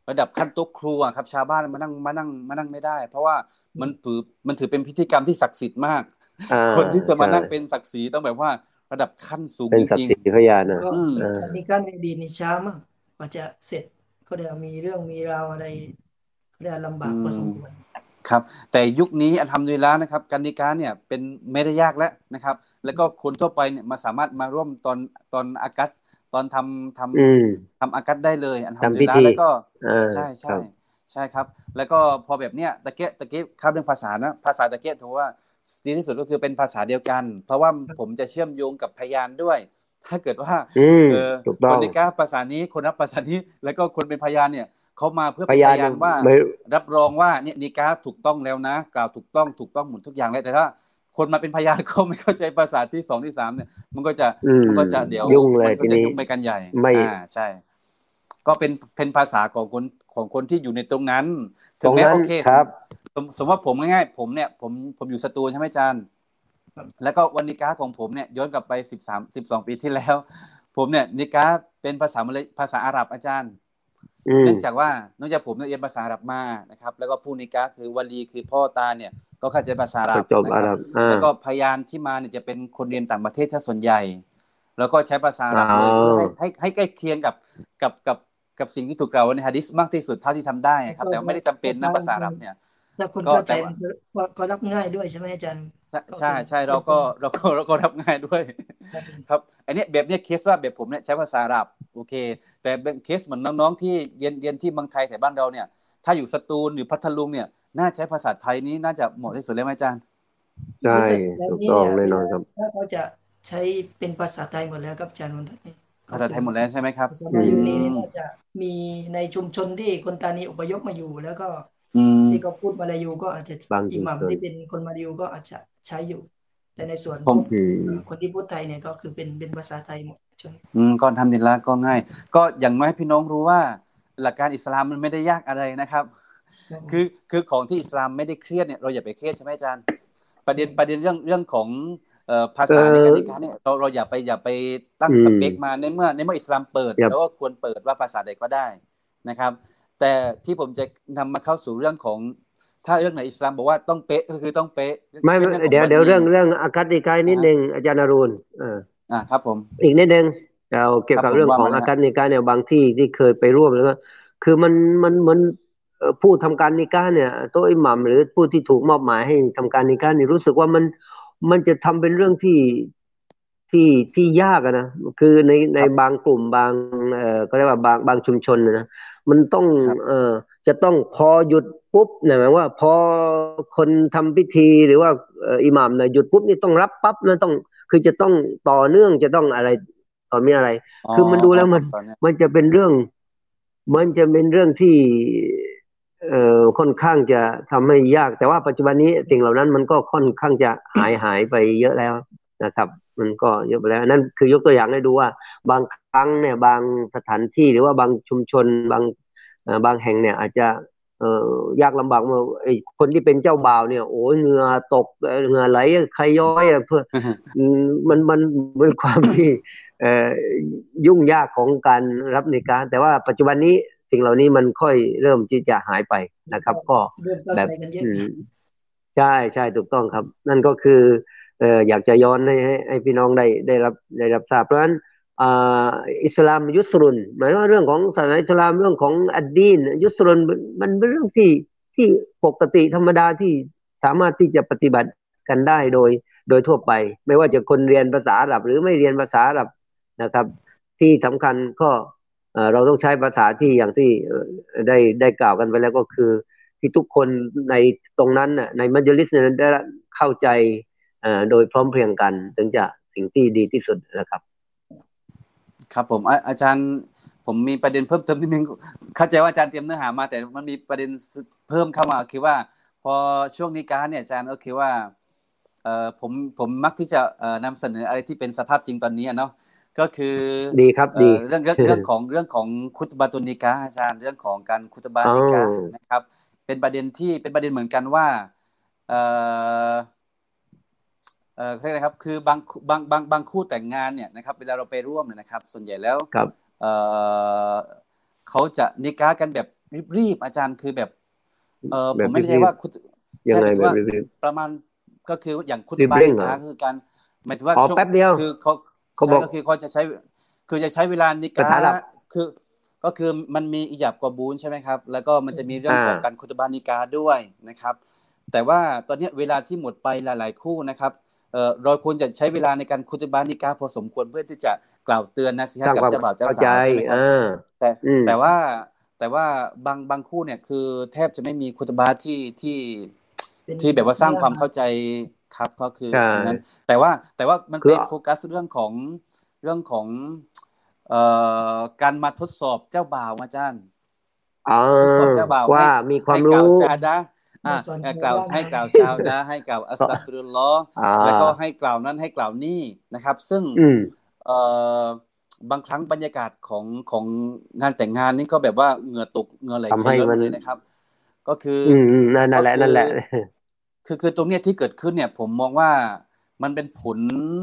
D: ระดับขั้นโต๊ะครูอะครับชาวบ้านมานั่งไม่ได้เพราะว่ามันถือเป็นพิธีกรรมที่ศักดิ์สิทธิ์มากคนที่จะมานั่งเป็นศักดิ์ศรีต้องแบบว่าระดับขั้นสูง
E: เป็น
D: จ
E: ศัก
D: ริง
E: ดิ์ศรีพยานนะ
F: ก็การนิการในอดีตนี่ช้ามากกว่าจะเสร็จก็เดี๋ยวมีเรื่องมีราวอะไรก็เดี๋ยวลำบากพอสมควร
D: ครับแต่ยุคนี้อัลฮัมดุลิลละห์นะครับการนิกาเนี่ยเป็นไม่ได้ยากแล้วนะครับแล้วก็คนทั่วไปเนี่ยมาสามารถมาร่วมตอนอากัสตอนทำอากัสได้เลยอัลฮัมดุลิลละห์แล้วก็ใช่ใช่ใช่ครับแล้วก็พอแบบเนี้ยตะเกียครับเรื่องภาษานะภาษาตะเกียถือว่าดีที่สุดก็คือเป็นภาษาเดียวกันเพราะว่าผมจะเชื่อมโยงกับพยานด้วยถ้าเกิดว่าคนนิกาภาษานี้คนรับภาษานี้แล้วก็คนเป็นพยานเนี่ยเขามาเพื่อเป็นพยานว่ารับรองว่าเนี่ยนิกาถูกต้องแล้วนะกล่าวถูกต้องหมดทุกอย่างแล้วแต่ถ้าคนมาเป็นพยานเขาไม่เข้าใจภาษาที่2ที่3เนี่ยมันก็จะเดี๋ยวมันก็จะยุ่งไปกันใหญ่ใช่ก็เป็นภาษาของคนที่อยู่ในตรงนั้นถึงแม้โอเคสมมติว่าผมง่ายๆผมอยู่สตูลใช่ไหมอาจารย์แล้วก็วันนิกาของผมเนี่ยย้อนกลับไป12ปีที่แล้วผมเนี่ยนิกาเป็นภาษาอาหรับอาจารย์เนื่องจากผมเรียนภาษาอาหรับมานะครับแล้วก็ผู้นิกาคือวาลีคือพ่อตาเนี่ยก็เข้าใจภาษาอาหรับนะครับแล้วก็พยานที่มาเนี่ยจะเป็นคนเรียนต่างประเทศถ้าส่วนใหญ่แล้วก็ใช้ภาษาอาหรับเลยเพื่อให้ใกล้เคียงกับสิ่งที่ถูกกล่าวในหะดีษมากที่สุดเท่าที่ทำได้ครับแต่ไม่ได้จำเป็นนะภาษาอาหรับเนี่ย
F: ถ้าคนเข้าใจก็รับง่ายด้วยใช่ไหมอาจารย์
D: ใช่เราก็รับง่ายด้วยครับอันนี้แบบเนี้ยเคสว่าแบบผมเนี่ยใช้ภาษาอาหรับโอเคแต่เป็นเคสเหมือนน้องๆที่เรียนที่เมืองไทยแต่บ้านเราเนี่ยถ้าอยู่สตูลหรือพัทลุงเนี่ยน่าใช้ภาษาไทยนี้น่าจะเหมาะที่สุดเลยไหมอาจารย์
E: ใช่ถูกต้องแน่นอนครับ
F: ถ้าเขาจะใช้เป็นภาษาไทยหมดแล้วครับอาจารย์วันนี้
D: ภาษาไทยหมดแล้วใช่ไหมครับ
F: ภาษาไทยนี้น่าจะมีในชุมชนที่คนตานีอพยพมาอยู่แล้วก็ที่เขาพูดมาลายูก็อาจจะอิหมัมที่เป็นคนมาลายูก็อาจจะใช้อยู่แต่ในส่วนคนที่พูดไทยเนี่ยก็คือเป็นภาษาไทยหมดช่วงนี้
D: ก็ทำดีละก็ง่ายก็อย่างน้อยพี่น้องรู้ว่าหลักการอิสลามมันไม่ได้ยากอะไรนะครับคือของที่อิสลามไม่ได้เครียดเนี่ยเราอย่าไปเครียดใช่ไหมอาจารย์ประเด็นเรื่องของภาษาในการนิกาเนี่ยเราอย่าไปตั้งสเปคมาในเมื่ออิสลามเปิดแล้วก็ควรเปิดว่าภาษาใดก็ได้นะครับแต่ที่ผมจะนำมาเข้าสู่เรื่องของถ้าเรื่องไหนอิสลามบอกว่าต้องเป๊ะก็คือต้องเป๊ะ
E: ไม่เดี๋ยวเรื่องอากัสนิกายนิดนึงอาจารย์นรูน
D: ครับผม
E: อีกนิดนึงเราเกี่ยวกับเรื่องของอากัสนิกายเนี่ยบางที่ที่เคยไปร่วมแล้วก็คือมันเหมือนผู้ทำการนิกาเนี่ยโต๊ะอิหมัมหรือผู้ที่ถูกมอบหมายให้ทำการนิกาเนี่ยรู้สึกว่ามันจะทำเป็นเรื่องที่ยากนะคือในบางกลุ่มบางก็เรียกว่าบางชุมชนนะมันต้องจะต้องพอหยุดปุ๊บเนี่ยหมายว่าพอคนทำพิธีหรือว่าอิหม่ามเนี่ยหยุดปุ๊บนี่ต้องรับปั๊บนะต้องคือจะต้องต่อเนื่องจะต้องอะไรต่อมีอะไรคือมันดูแล้วมันจะเป็นเรื่องที่ค่อนข้างจะทำให้ยากแต่ว่าปัจจุบันนี้สิ่งเหล่านั้นมันก็ค่อนข้างจะหายไปเยอะแล้วนะครับมันก็เยอะไปแล้วนั่นคือยกตัวอย่างให้ดูว่าบางครั้งเนี่ยบางสถานที่หรือว่าบางชุมชนบางแห่งเนี่ยอาจจะยากลำบากเมื่อคนที่เป็นเจ้าบ่าวเนี่ยโอ้ยเหงื่อตกเหงื่อไหลใครย้อยเพื่อมันเป็นความที่ยุ่งยากของการรับนิกาแต่ว่าปัจจุบันนี้สิ่งเหล่านี้มันค่อยเริ่มที่จะหายไปนะครับก็แบบใช่ถูกต้องครับนั่นก็คืออยากจะย้อนให้พี่น้องได้รับทราบเพราะฉะนั้นอิสลามยุสรุนหมายว่าเรื่องของศาสนาอิสลามเรื่องของอัดดีนยุสรุนมันเป็นเรื่องที่ปกติธรรมดาที่สามารถที่จะปฏิบัติกันได้โดยทั่วไปไม่ว่าจะคนเรียนภาษาอาหรับหรือไม่เรียนภาษาอาหรับนะครับที่สำคัญก็เราต้องใช้ภาษาที่อย่างที่ได้กล่าวกันไปแล้วก็คือที่ทุกคนในตรงนั้นในมัจลิสนั้นได้เข้าใจโดยพร้อมเพรียงกันถึงจะสิ่งที่ดีที่สุดนะครับ
D: ครับผมอาจารย์ผมมีประเด็นเพิ่มเติมนิดนึงเข้าใจว่าอาจารย์เตรียมเนื้อหามาแต่มันมีประเด็นเพิ่มเข้ามาคือว่าพอช่วงนิกาเนี่ยอาจารย์ก็คือว่าผมมักที่จะนำเสนออะไรที่เป็นสภาพจริงตอนนี้เนาะก็คือ
E: ดีครับดี
D: เรื่องของคุตบะตุนนิกาอาจารย์เรื่องของการคุตบะนิกานะครับเป็นประเด็นเหมือนกันว่าเรียกอะไรครับคือบางคู่แต่งงานเนี่ยนะครับเวลาเราไปร่วมเนี่ยนะครับส่วนใหญ่แล้วเขาจะนิกากันแบบรีบอาจารย์คือแบบ
E: แบ
D: ผ
E: บ
D: มไม่แน่ใจ
E: รีบ
D: ว่า
E: ยัง
D: ใช่ห
E: ไง
D: มายถึง
E: แบบ
D: ว่า
E: รีบ
D: ประมาณก็คืออย่างคุต
E: รีบ
D: บา
E: เร่ง
D: นิ
E: เหรอ
D: กาคือการหมายถึงว่า
E: อ๋อ
D: ช่วง
E: แป๊บเดียว
D: คือเขา
E: เขา
D: ใช่
E: บอก
D: ก็คือเขาจะใช้คือจะใช้เวลานิ
E: สถาก
D: าน
E: หลับ
D: คือก็คือมันมีอิหญับกอบูลใช่ไหมครับแล้วก็มันจะมีเรื่องของการคุตบานิกาด้วยนะครับแต่ว่าตอนนี้เวลาที่หมดไปหลายๆคู่นะครับเราควรจะใช้เวลาในการคุตบานิกาพอสมควรเพื่อที่จะกล่าวเตือนนะสิฮะ
E: สร้าง
D: กับ
E: ความ
D: เจ้าบ่าวเจ้า
E: เข้า
D: สา
E: ใจ
D: วใช่ไหมครับแต่
E: อืม
D: แต่ว่าบางคู่เนี่ยคือแทบจะไม่มีคุตบาที่แบบว่าสร้างความเข้าใจครับก็คือ
E: ใช่
D: อันนั้นแต่ว่ามัน
E: คือ
D: ไปโฟกัสเรื่องของการมาทดสอบเจ้าบ่าวอาจารย์
E: อ๋อ
D: ทดสอบเจ้าบ่าว
E: ว่า
D: ให้
E: มีความ
D: ให้กล่าว
E: รู้
D: ชาดะห์
F: มาสอน
D: กล่าว
F: ชาวบ้าน
D: ให้กล่าวชาดะห์ให้กล่าวอัสตัฆฟิรุลลอฮ์ แล้วก็ให้กล่าวนั้นให้กล่าวนี่นะครับ ซึ่ง
E: อืม
D: บางครั้งบรรยากาศของงานแต่งงานนี่ก็แบบว่าเหงื่อตกเหงื่อไหล
E: ทำให้
D: ย้อย
E: มัน
D: เลยนะครับ ก็คือ
E: นั่นแหละ
D: ก็คือ
E: นั่นแหละ
D: คือตรงเนี้ยที่เกิดขึ้นเนี่ย ผมมองว่ามันเป็นผล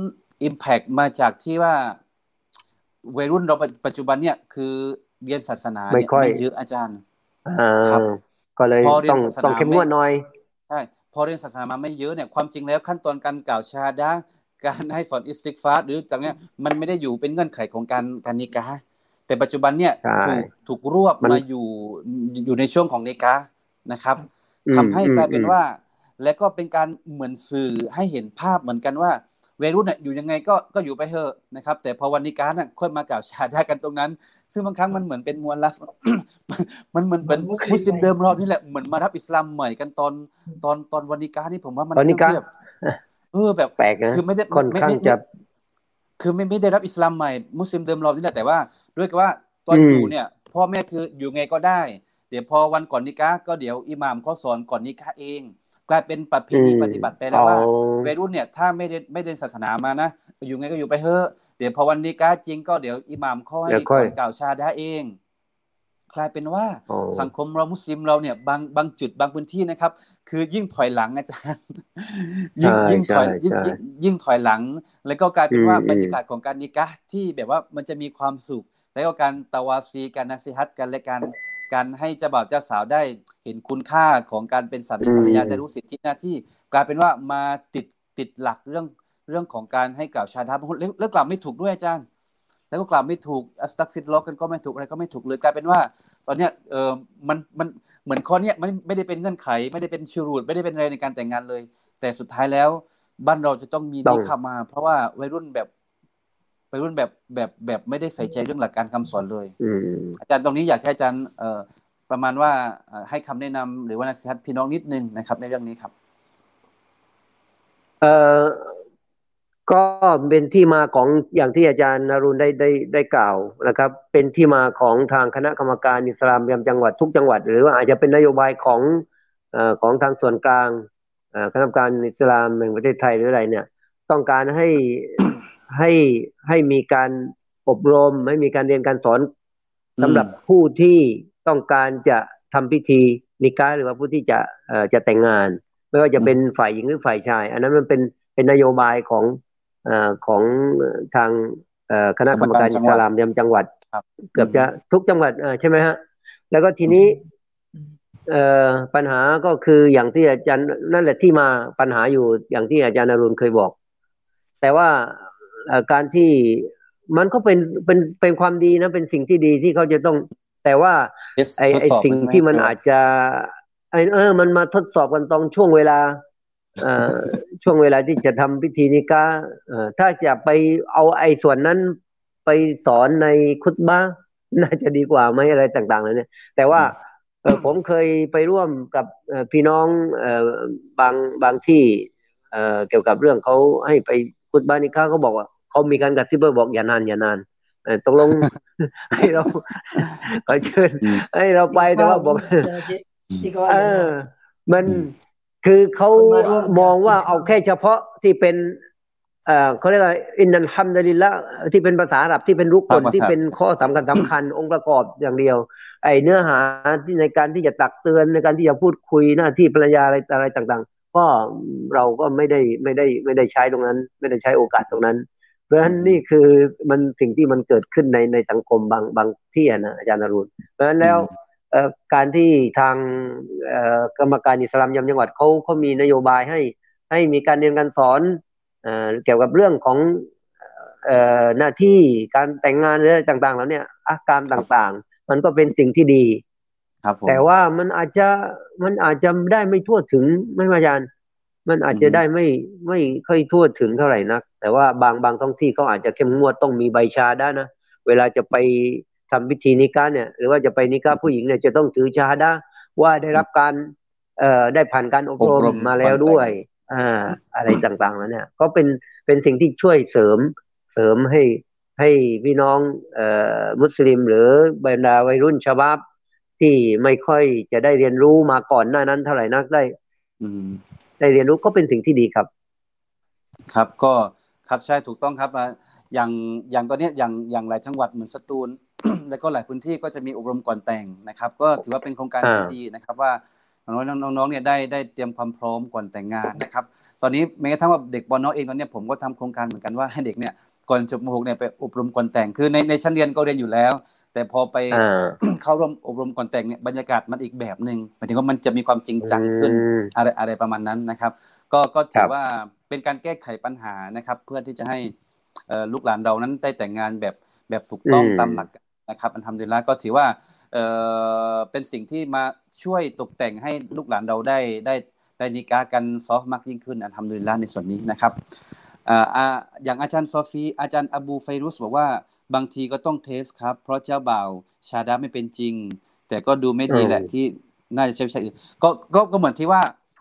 D: impact มาจากที่ว่าวัยรุ่นเราปัจจุบันเนี่ยคือเรียนศาสนา
E: ไม่
D: เนี่ย
E: ค่อย
D: ไม่เยอะอาจารย์
E: อ่า
D: ครับ
E: ก็เลย
D: พอเรีย
E: ต้
D: น
E: อง
D: ศาส
E: ต้อง
D: นา
E: เข้มง
D: ไม่
E: วดหน่อย
D: ใช่พอเรียนศาสนามาไม่เยอะเนี่ยความจริงแล้วขั้นตอนการกล่าวชาดะห์การให้สอนอิสติฆฟารหรือจากเนี้ยมันไม่ได้อยู่เป็นเงื่อนไขของการนิกะห์แต่ปัจจุบันเนี่ย
E: ใช่
D: ถูกรวบ
E: มัน
D: มาอยู่ในช่วงของนิกะห์นะครับ
E: อืม
D: ทำให้กลายเป็น
E: อืม
D: ว่า และก็เป็นการเหมือนสื่อให้เห็นภาพเหมือนกันว่าวัยรุ่นน่ะอยู่ยังไงก็อยู่ไปเถอะนะครับ แต่พอวันนิกะห์น่ะค่อยมากล่าวชาดะห์กันตรงนั้น ซึ่งบางครั้งมันเหมือนเป็นมวลลัฟ มันเหมือนเป็น
F: เหมือนมุ
D: มุ
F: ส
D: ส
F: ลิ
D: ลิ
F: ม
D: มเดิมเรานี่แหละเหมือนมารับอิสลามใหม่กันตอนวันนิกะห์นี่ผมว่ามัน
E: ตอนนิกะห์
D: เรื่องที่แบบแบบ
E: แปลกนะ
D: คือไม่ได้
E: ค่อนข้างจะ
D: คือไม่ได้รับอิสลามใหม่มุสลิมเดิมเรานี่แหละแต่ว่าด้วยกับว่าตอน
E: อืม
D: อยู่เนี่ยพ่อแม่คืออยู่ไงก็ได้ เดี๋ยวพอวันก่อนนิกะห์ก็เดี๋ยวอิหม่ามเขาสอนก่อนนิกะห์เอง กลายเป็นประเพณีปฏิบัติไปแล้วว่าวัยรุ่นเนี่ยถ้าไม่ได้ศาสนามานะอยู่ไงก็อยู่ไปเถอะเดี๋ยวพอวันนิกะห์จริงก็เดี๋ยวอิหม่ามเขาให้
E: เดี๋ยว
D: ส
E: ค่
D: อ
E: อย
D: นกล่าวชาดะห์เอง กลายเป็นว่า
E: อ๋อ
D: สังคมเรามุสลิมเราเนี่ยบางจุดบางพื้นที่นะครับ คือยิ่งถอยหลังอาจารย์ ยิ่งถอย
E: ใช่
D: ยิ่งถอยหลัง แล้วก็กลายเป็นว่า
E: อืม
D: บรรยากาศของการนิกะห์ที่แบบว่ามันจะมีความสุข แล้วก็การตะวาซีการนาซีฮัตกันและการให้เจ้าบ่าวเจ้าสาวได้เห็นคุณค่าของการเป็นสามีภรรยาได้รู้สิทธิหน้าที่ กลายเป็นว่ามาติดหลักเรื่องของการให้กล่าวชาดะห์บางคนแล้วกล่าวไม่ถูกด้วยอาจารย์ แล้วก็กล่าวไม่ถูกอัสตัฆฟิรลอฮ์กันก็ไม่ถูกอะไรก็ไม่ถูกเลยกลายเป็นว่าตอนเนี้ยมันเหมือนข้อเนี้ยมันไม่ได้เป็นเงื่อนไขไม่ได้เป็นชูรูตไม่ได้เป็นอะไรในการแต่งงานเลย แต่สุดท้ายแล้วบ้านเราจะต้องมี
E: ต้อ
D: นิ
E: ง
D: กะห์มา เพราะว่าวัยรุ่นแบบไม่ได้ใส่ใจเรื่องหลักการคำสอนเลย
E: อืม
D: อาจารย์ตรงนี้อยากให้อาจารย์ประมาณว่าให้คำแนะนำหรือว่านัสซีฮัตพี่น้องนิดนึงนะครับในเรื่องนี้ครับ
E: เอ่อก็เป็นที่มาของอย่างที่อาจารย์นรุณได้กล่าวนะครับ เป็นที่มาของทางคณะกรรมการอิสลามประจำจังหวัดทุกจังหวัด หรือว่าอาจจะเป็นนโยบายของทางส่วนกลางคณะกรรมการอิสลามแห่งประเทศไทยหรืออะไรเนี่ย ต้องการให้มีการอบรมให้มีการเรียนการสอนสำหรับผู้ที่ต้องการจะทำพิธีนิกะห์หรือว่าผู้ที่จะแต่งงาน ไม่ว่าจะเป็นฝ่ายหญิงหรือฝ่ายชาย อันนั้นมันเป็นนโยบายของทางคณะกรรมการอิสลามประจำจังหวัด
D: ครับ
E: เกือบจะทุกจังหวัดใช่ไหมฮะแล้วก็ทีนี้ปัญหาก็คืออย่างที่อาจารย์นั่นแหละที่มาปัญหาอยู่อย่างที่อาจารย์นรุณเคยบอก แต่ว่าการที่มันก็เป็นความดีนะเป็นสิ่งที่ดีที่เขาจะต้อง แต่ว่า ไอ้สิ่งที่มันอาจจะมันมาทดสอบกันตรงช่วงเวลาช่วงเวลาที่จะทำพิธีนิกะห์ถ้าจะไปเอาไอ้ส่วนนั้นไปสอนในคุตบะห์น่าจะดีกว่าไหมอะไรต่างๆเลยเนี่ยแต่ว่าผมเคยไปร่วมกับพี่น้องบางที่เกี่ยวกับเรื่องเขาให้ไปคุตบะห์นิกะห์เขาบอกว่าเขามีการกระซิบบอกอย่านานตกลง ให้เราขอเชิญให้เราไปแต่ว่าบอกมันคือเขามองว่าเอาแค่เฉพาะที่เป็นเขาเรียกว่าอินนัลฮัมดุลิลละห์ที่เป็นภาษาอาหรับที่เป็นรุกนที่เป็นข้อสำคัญองค์ประกอบอย่างเดียวไอ้เนื้อหาที่ในการที่จะตักเตือนในการที่จะพูดคุยหน้าที่ภรรยาอะไรต่างๆก็เราก็ไม่ได้ใช้ตรงนั้นไม่ได้ใช้โอกาสตรงนั้นเพราะฉะนั้นนี่คือมันสิ่งที่มันเกิดขึ้นในสังคมบางที่นะอาจารย์นรุณเพราะฉะนั้นแล้วการที่ทางกรรมการอิสลามยามจังหวัดเขามีนโยบายให้มีการเรียนการสอนเกี่ยวกับเรื่องของหน้าที่การแต่งงานหรืออะไรต่างๆแล้วเนี่ยอาการต่างๆมันก็เป็นสิ่งที่ดี
D: ครับผม
E: แต่ว่ามันอาจจะได้ไม่ทั่วถึงไม่อาจารย์มันอาจจะได้ไม่ค่อยทั่วถึงเท่าไหร่นักแต่ว่าบางท้องที่เขาอาจจะเข้มงวดต้องมีใบชาดะนะเวลาจะไปทำพิธีนิกะห์เนี่ยหรือว่าจะไปนิกะห์ผู้หญิงเนี่ยจะต้องถือชาดะว่าได้รับการได้ผ่านการอบรมมาแล้วด้วยอะไรต่างๆแล้วเนี่ยก็เป็นสิ่งที่ช่วยเสริมให้พี่น้องมุสลิมหรือบรรดาวัยรุ่นชะบับที่ไม่ค่อยจะได้เรียนรู้มาก่อนหน้านั้นเท่าไหร่นักได้เรียนรู้ก็เป็นสิ่งที่ดีครับ
D: ครับก็ครับใช่ถูกต้องครับอย่างตอนนี้อย่างหลายจังหวัดเหมือนสตูล แล้วก็หลายพื้นที่ก็จะมีอบรมก่อนแต่งนะครับก็ถือว่าเป็นโครงการที่ดีนะครับว่าน้องๆเนี่ยได้เตรียมความพร้อมก่อนแต่งงานนะครับตอนนี้แม้กระทั่งว่าเด็กป.น.เองตอนนี้ผมก็ทำโครงการเหมือนกันว่าให้เด็กเนี่ยก่อนจบม.6เนี่ยไปอบรมก่อนแต่งคือในชั้นเรียนก็เรียนอยู่แล้วแต่พอไปเข้าร่วมอบรมก่อนแต่งเนี่ยบรรยากาศมันอีกแบบนึงหมายถึงว่ามันจะมีความจริงจังขึ้นอะไรประมาณนั้นนะครับก็ถือว่าเป็นการแก้ไขปัญหานะครับเพื่อที่จะให้ลูกหลานเรานั้นได้แต่งงานแบบถูกต้องตามหลักนะครับอัลฮัมดุลิลละห์ก็ถือว่าเป็นสิ่งที่มาช่วยตกแต่งให้ลูกหลานเราได้นิกะห์กันซอฟต์มากยิ่งขึ้นอัลฮัมดุลิลละห์ในส่วนนี้นะครับอย่างอาจารย์ซอฟีอาจารย์อบูไฟรุสบอกว่าบางทีก็ต้องเทสครับเพราะเจ้าบ่าวชาดะไม่เป็นจริงแต่ก็ดูไม่ดีแหละที่น่าจะใช้วิชาอื่นก็เหมือนที่ว่า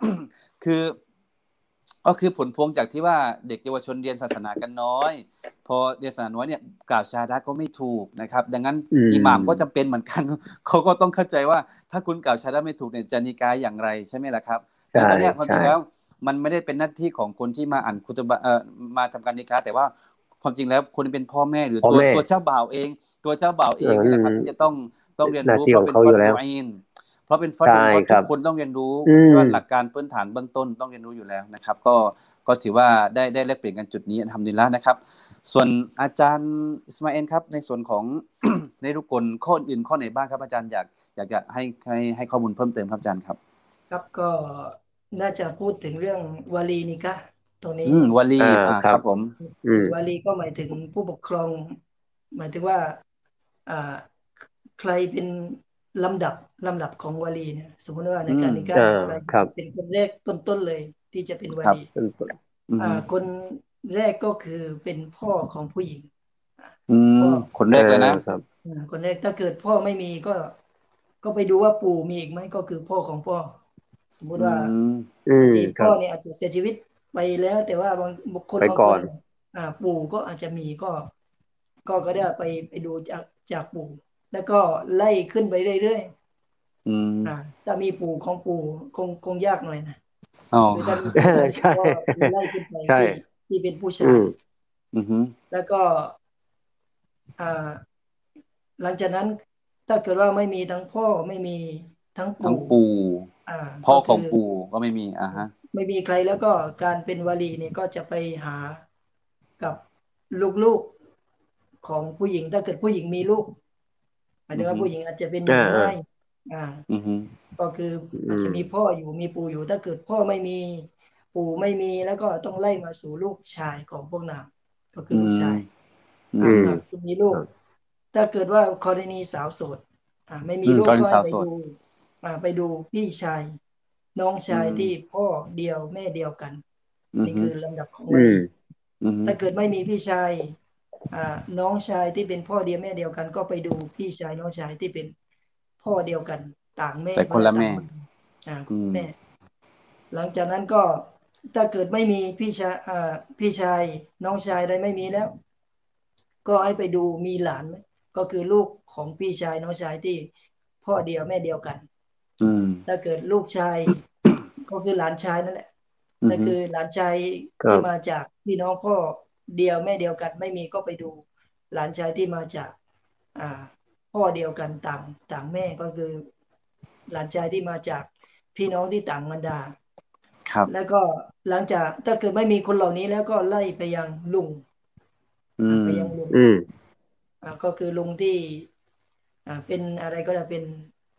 D: ก็คือผลพวงจากที่ว่าเด็กเยาวชนเรียนศาสนากันน้อยพอเรียนศาสนาน้อยเนี่ยกล่าวชาดะก็ไม่ถูกนะครับดังนั้นอิหม่ามก็จำเป็นเหมือนกันเขาก็ต้องเข้าใจว่าถ้าคุณกล่าวชาดะไม่ถูกเนี่ยจะนิกายอย่างไรใช่ไหไหมล่ะครับแต่ตอนนี้ความจริงแล้วมันไม่ได้เป็นหน้าที่ของคนที่มาอ่านคุตบะมาทำการนิกายแต่ว่าความจริงแล้วคนเป็นพ่อแม่หรือตัวเจ้าบ่าวเองนี่แหละครับที่จะต้องเรียนรู้เพราะเป็นฟัรดูอินเพราะเป็นฟัรดูอินทุกคนต้องเรียนรู้ว่าหลักการพื้นฐานเบื้องต้นต้องเรียนรู้อยู่แล้วนะครับก็ถือว่าได้แลกเปลี่ยนกันจุดนี้อัลฮัมดุลิลละห์นะครับส่วนอาจารย์อิสมาเอลครับในส่วนของ ในรุกลข้ออื่นข้อไหนบ้างครับอาจารย์อยากจะให้ข้อมูลเพิ่มเติมครับอาจารย์ครับ
F: ครับก็น่าจะพูดถึงเรื่องวาลีนิกะห์ตรงนี้
D: วาลีครับผม
F: วาลีก็หมายถึงผู้ปกครองหมายถึงว่าใครเป็นลำดับของวาลีเนี่ยสมมติว่าในการนิกะห์ใครเป็นคนแรกต้นเลยที่จะเป็นวาลีคนแรกก็คือเป็นพ่อของผู้หญิง
D: คนแรกเลยนะ
F: คนแรกถ้าเกิดพ่อไม่มีก็ไปดูว่าปู่มีอีกไหมก็คือพ่อของพ่อสมมุติว่าที่พ่อเนี่ยอาจจะเสียชีวิตไปแล้วแต่ว่าบางบุคคลบางคนปู่ก็อาจจะมีก็ได้ไปดูจากปู่แล้วก็ไล่ขึ้นไปเรื่อยๆถ้ามีปู่ของปู่คงยากหน่อยนะถ้ามี
E: ใช่
F: ก็ไล่ขึ้นไปที่เป็นผู้ชายแล้วก็หลังจากนั้นถ้าเกิดว่าไม่มีทั้งพ่อไม่มีทั้งปู่
D: พ่อของปู่ก็ไม่มี
F: ไม่มีใครแล้วก็การเป็นวาลีเนี่ยก็จะไปหากับลูกๆของผู้หญิงถ้าเกิดผู้หญิงมีลูกหมายถึงว่าผู้หญิงอาจจะเป็นหญิงได้ก็คืออาจจะมีพ่ออยู่มีปู่อยู่ถ้าเกิดพ่อไม่มีปู่ไม่มีแล้วก็ต้องไล่มาสู่ลูกชายของพวกนางก็คือลูกชายคุณมีลูกถ้าเกิดว่ากรณีสาวโสดไม่มีลูกก็ไปดูพี่ชายน้องชายที่พ่อเดียวแม่เดียวกันนี่คือลำดับของวาลีถ้าเกิดไม่มีพี่ชายน้องชายที่เป็นพ่อเดียวแม่เดียวกันก็ไปดูพี่ชายน้องชายที่เป็นพ่อเดียวกันต่างแม่
D: แต่คนละแม่
F: แม่หลังจากนั้นก็ถ้าเกิดไม่มีพี่ชายน้องชายใดไม่มีแล้วก็ให้ไปดูมีหลานไหมก็คือลูกของพี่ชายน้องชายที่พ่อเดียวแม่เดียวกันถ้าเกิดลูกชายก็คือหลานชายนั่นแหละนั่นคือหลานชายที่มาจากพี่น้องพ่อเดียวแม่เดียวกันไม่มีก็ไปดูหลานชายที่มาจากพ่อเดียวกันต่างแม่ก็คือหลานชายที่มาจากพี่น้องที่ต่างมารดาแล้วก็หลังจากถ้าเกิดไม่มีคนเหล่านี้แล้วก็ไล่ไปยังลุงไปยังลุงก็คือลุงที่เป็นอะไรก็จะเป็น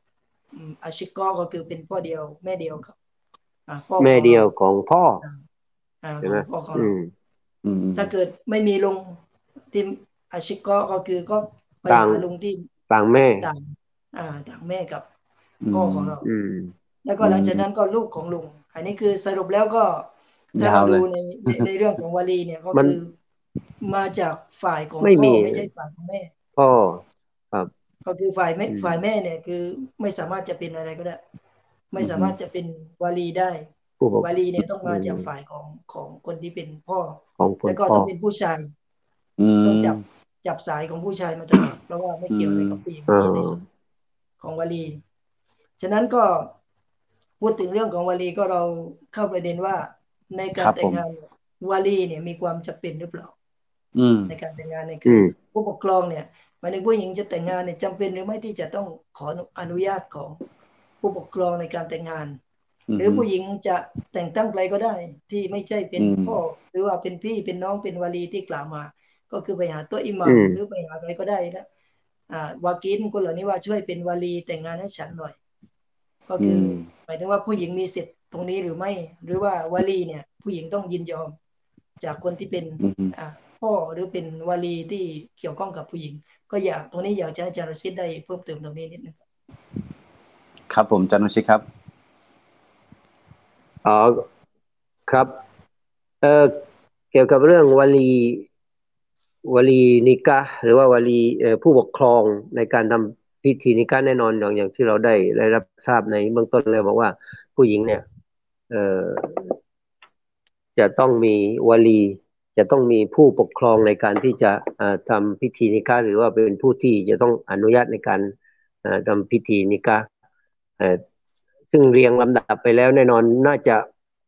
F: อาชิกอก็คือเป็นพ่อเดียวแม่เดียวครับพ่อ
E: แม่
F: ของ
E: เดีย
F: เรา
E: วของพ่อ
F: ข
E: ใช่
F: อ
E: ไหม
F: งพ่อของเรา ถ้าเกิดไม่มีลุงที่อาชิกอก็คือก็ไป
E: ต่าง
F: หาลุงที่
E: ต่างแม่
F: ต่างแม่กับพ่อของเรา แล้วก็
D: อืม
F: หลังจากนั้นก็ลูกของลุง อันนี้คือสรุปแล้วก็ถ้าย
D: า
F: เรา
D: วเล
F: ดู
D: ย
F: ในเรื่องของวลีเนี่ยก็
E: มัน
F: คือมาจากฝ่ายของ
E: ไม่
F: พ่อ
E: มี
F: ไม่ใช่ฝ่ายของแม่
E: พ่อครับ
F: ก็คือฝ่ายแม่เนี่ยคือไม่สามารถจะเป็นอะไรก็ได้ ไม่สามารถจะเป็นวลีได้
E: ผู้ปก
F: วลีเนี่ยต้องมาจากฝ่ายของคนที่เป็นพ่อ
E: ของคน
F: แล้วก็
E: พ่อ
F: ต้องเป็นผู้ชาย ต้องจับสายของผู้ชายมาตลอด เพราะว่าไม่เกี่ยวอะไรกับผู้หญิงในส่วนของวลี ฉะนั้นก็พูดถึงเรื่องของวลีก็เราเข้าประเด็นว่าในการแต่งงานวลีเนี่ยมีความจำเป็นหรือเปล่า ในการแต่งงานเนี่ยคือผู้ปกครองเนี่ยหมายถึงผู้หญิงจะแต่งงานเนี่ยจำเป็นหรือไม่ที่จะต้องขออนุญาตของผู้ปกครองในการแต่งงาน หรือผู้หญิงจะแต่งตั้งใครก็ได้ที่ไม่ใช่เป็นพ่อหรือว่าเป็นพี่เป็นน้องเป็นวลีที่กล่าวมา ก็คือไปหาตัวอิหมัมหรือไปหาใครก็ได้นะวากีนคนเหล่านี้ว่าช่วยเป็นวลีแต่งงานให้ฉันหน่อย ก็คือหมายถึงว่าผู้หญิงมีสิทธิ์ตรงนี้หรือไม่ หรือว่าวลีเนี่ยผู้หญิงต้องยินยอมจากคนที่เป็นพ่อหรือเป็นวลีที่เกี่ยวข้องกับผู้หญิง ก็ตรงนี้อยากจะให้อาจารย์รชิดได้เพิ่มเติมตรงนี้นิดนึง
D: ครับผมอาจารย์รชิดครับ
E: ครับเกี่ยวกับเรื่องวลีนิกะห์หรือว่าวลีผู้ปกครองในการทำพิธีนิกะห์แน่นอนอย่างที่เราได้รับทราบในเบื้องต้นเลยบอกว่าผู้หญิงเนี่ยจะต้องมีวลีจะต้องมีผู้ปกครองในการที่จะทำพิธีนิกะห์หรือว่าเป็นผู้ที่จะต้องอนุญาตในการทำพิธีนิกะห์ซึ่งเรียงลำดับไปแล้วแน่นอนน่าจะ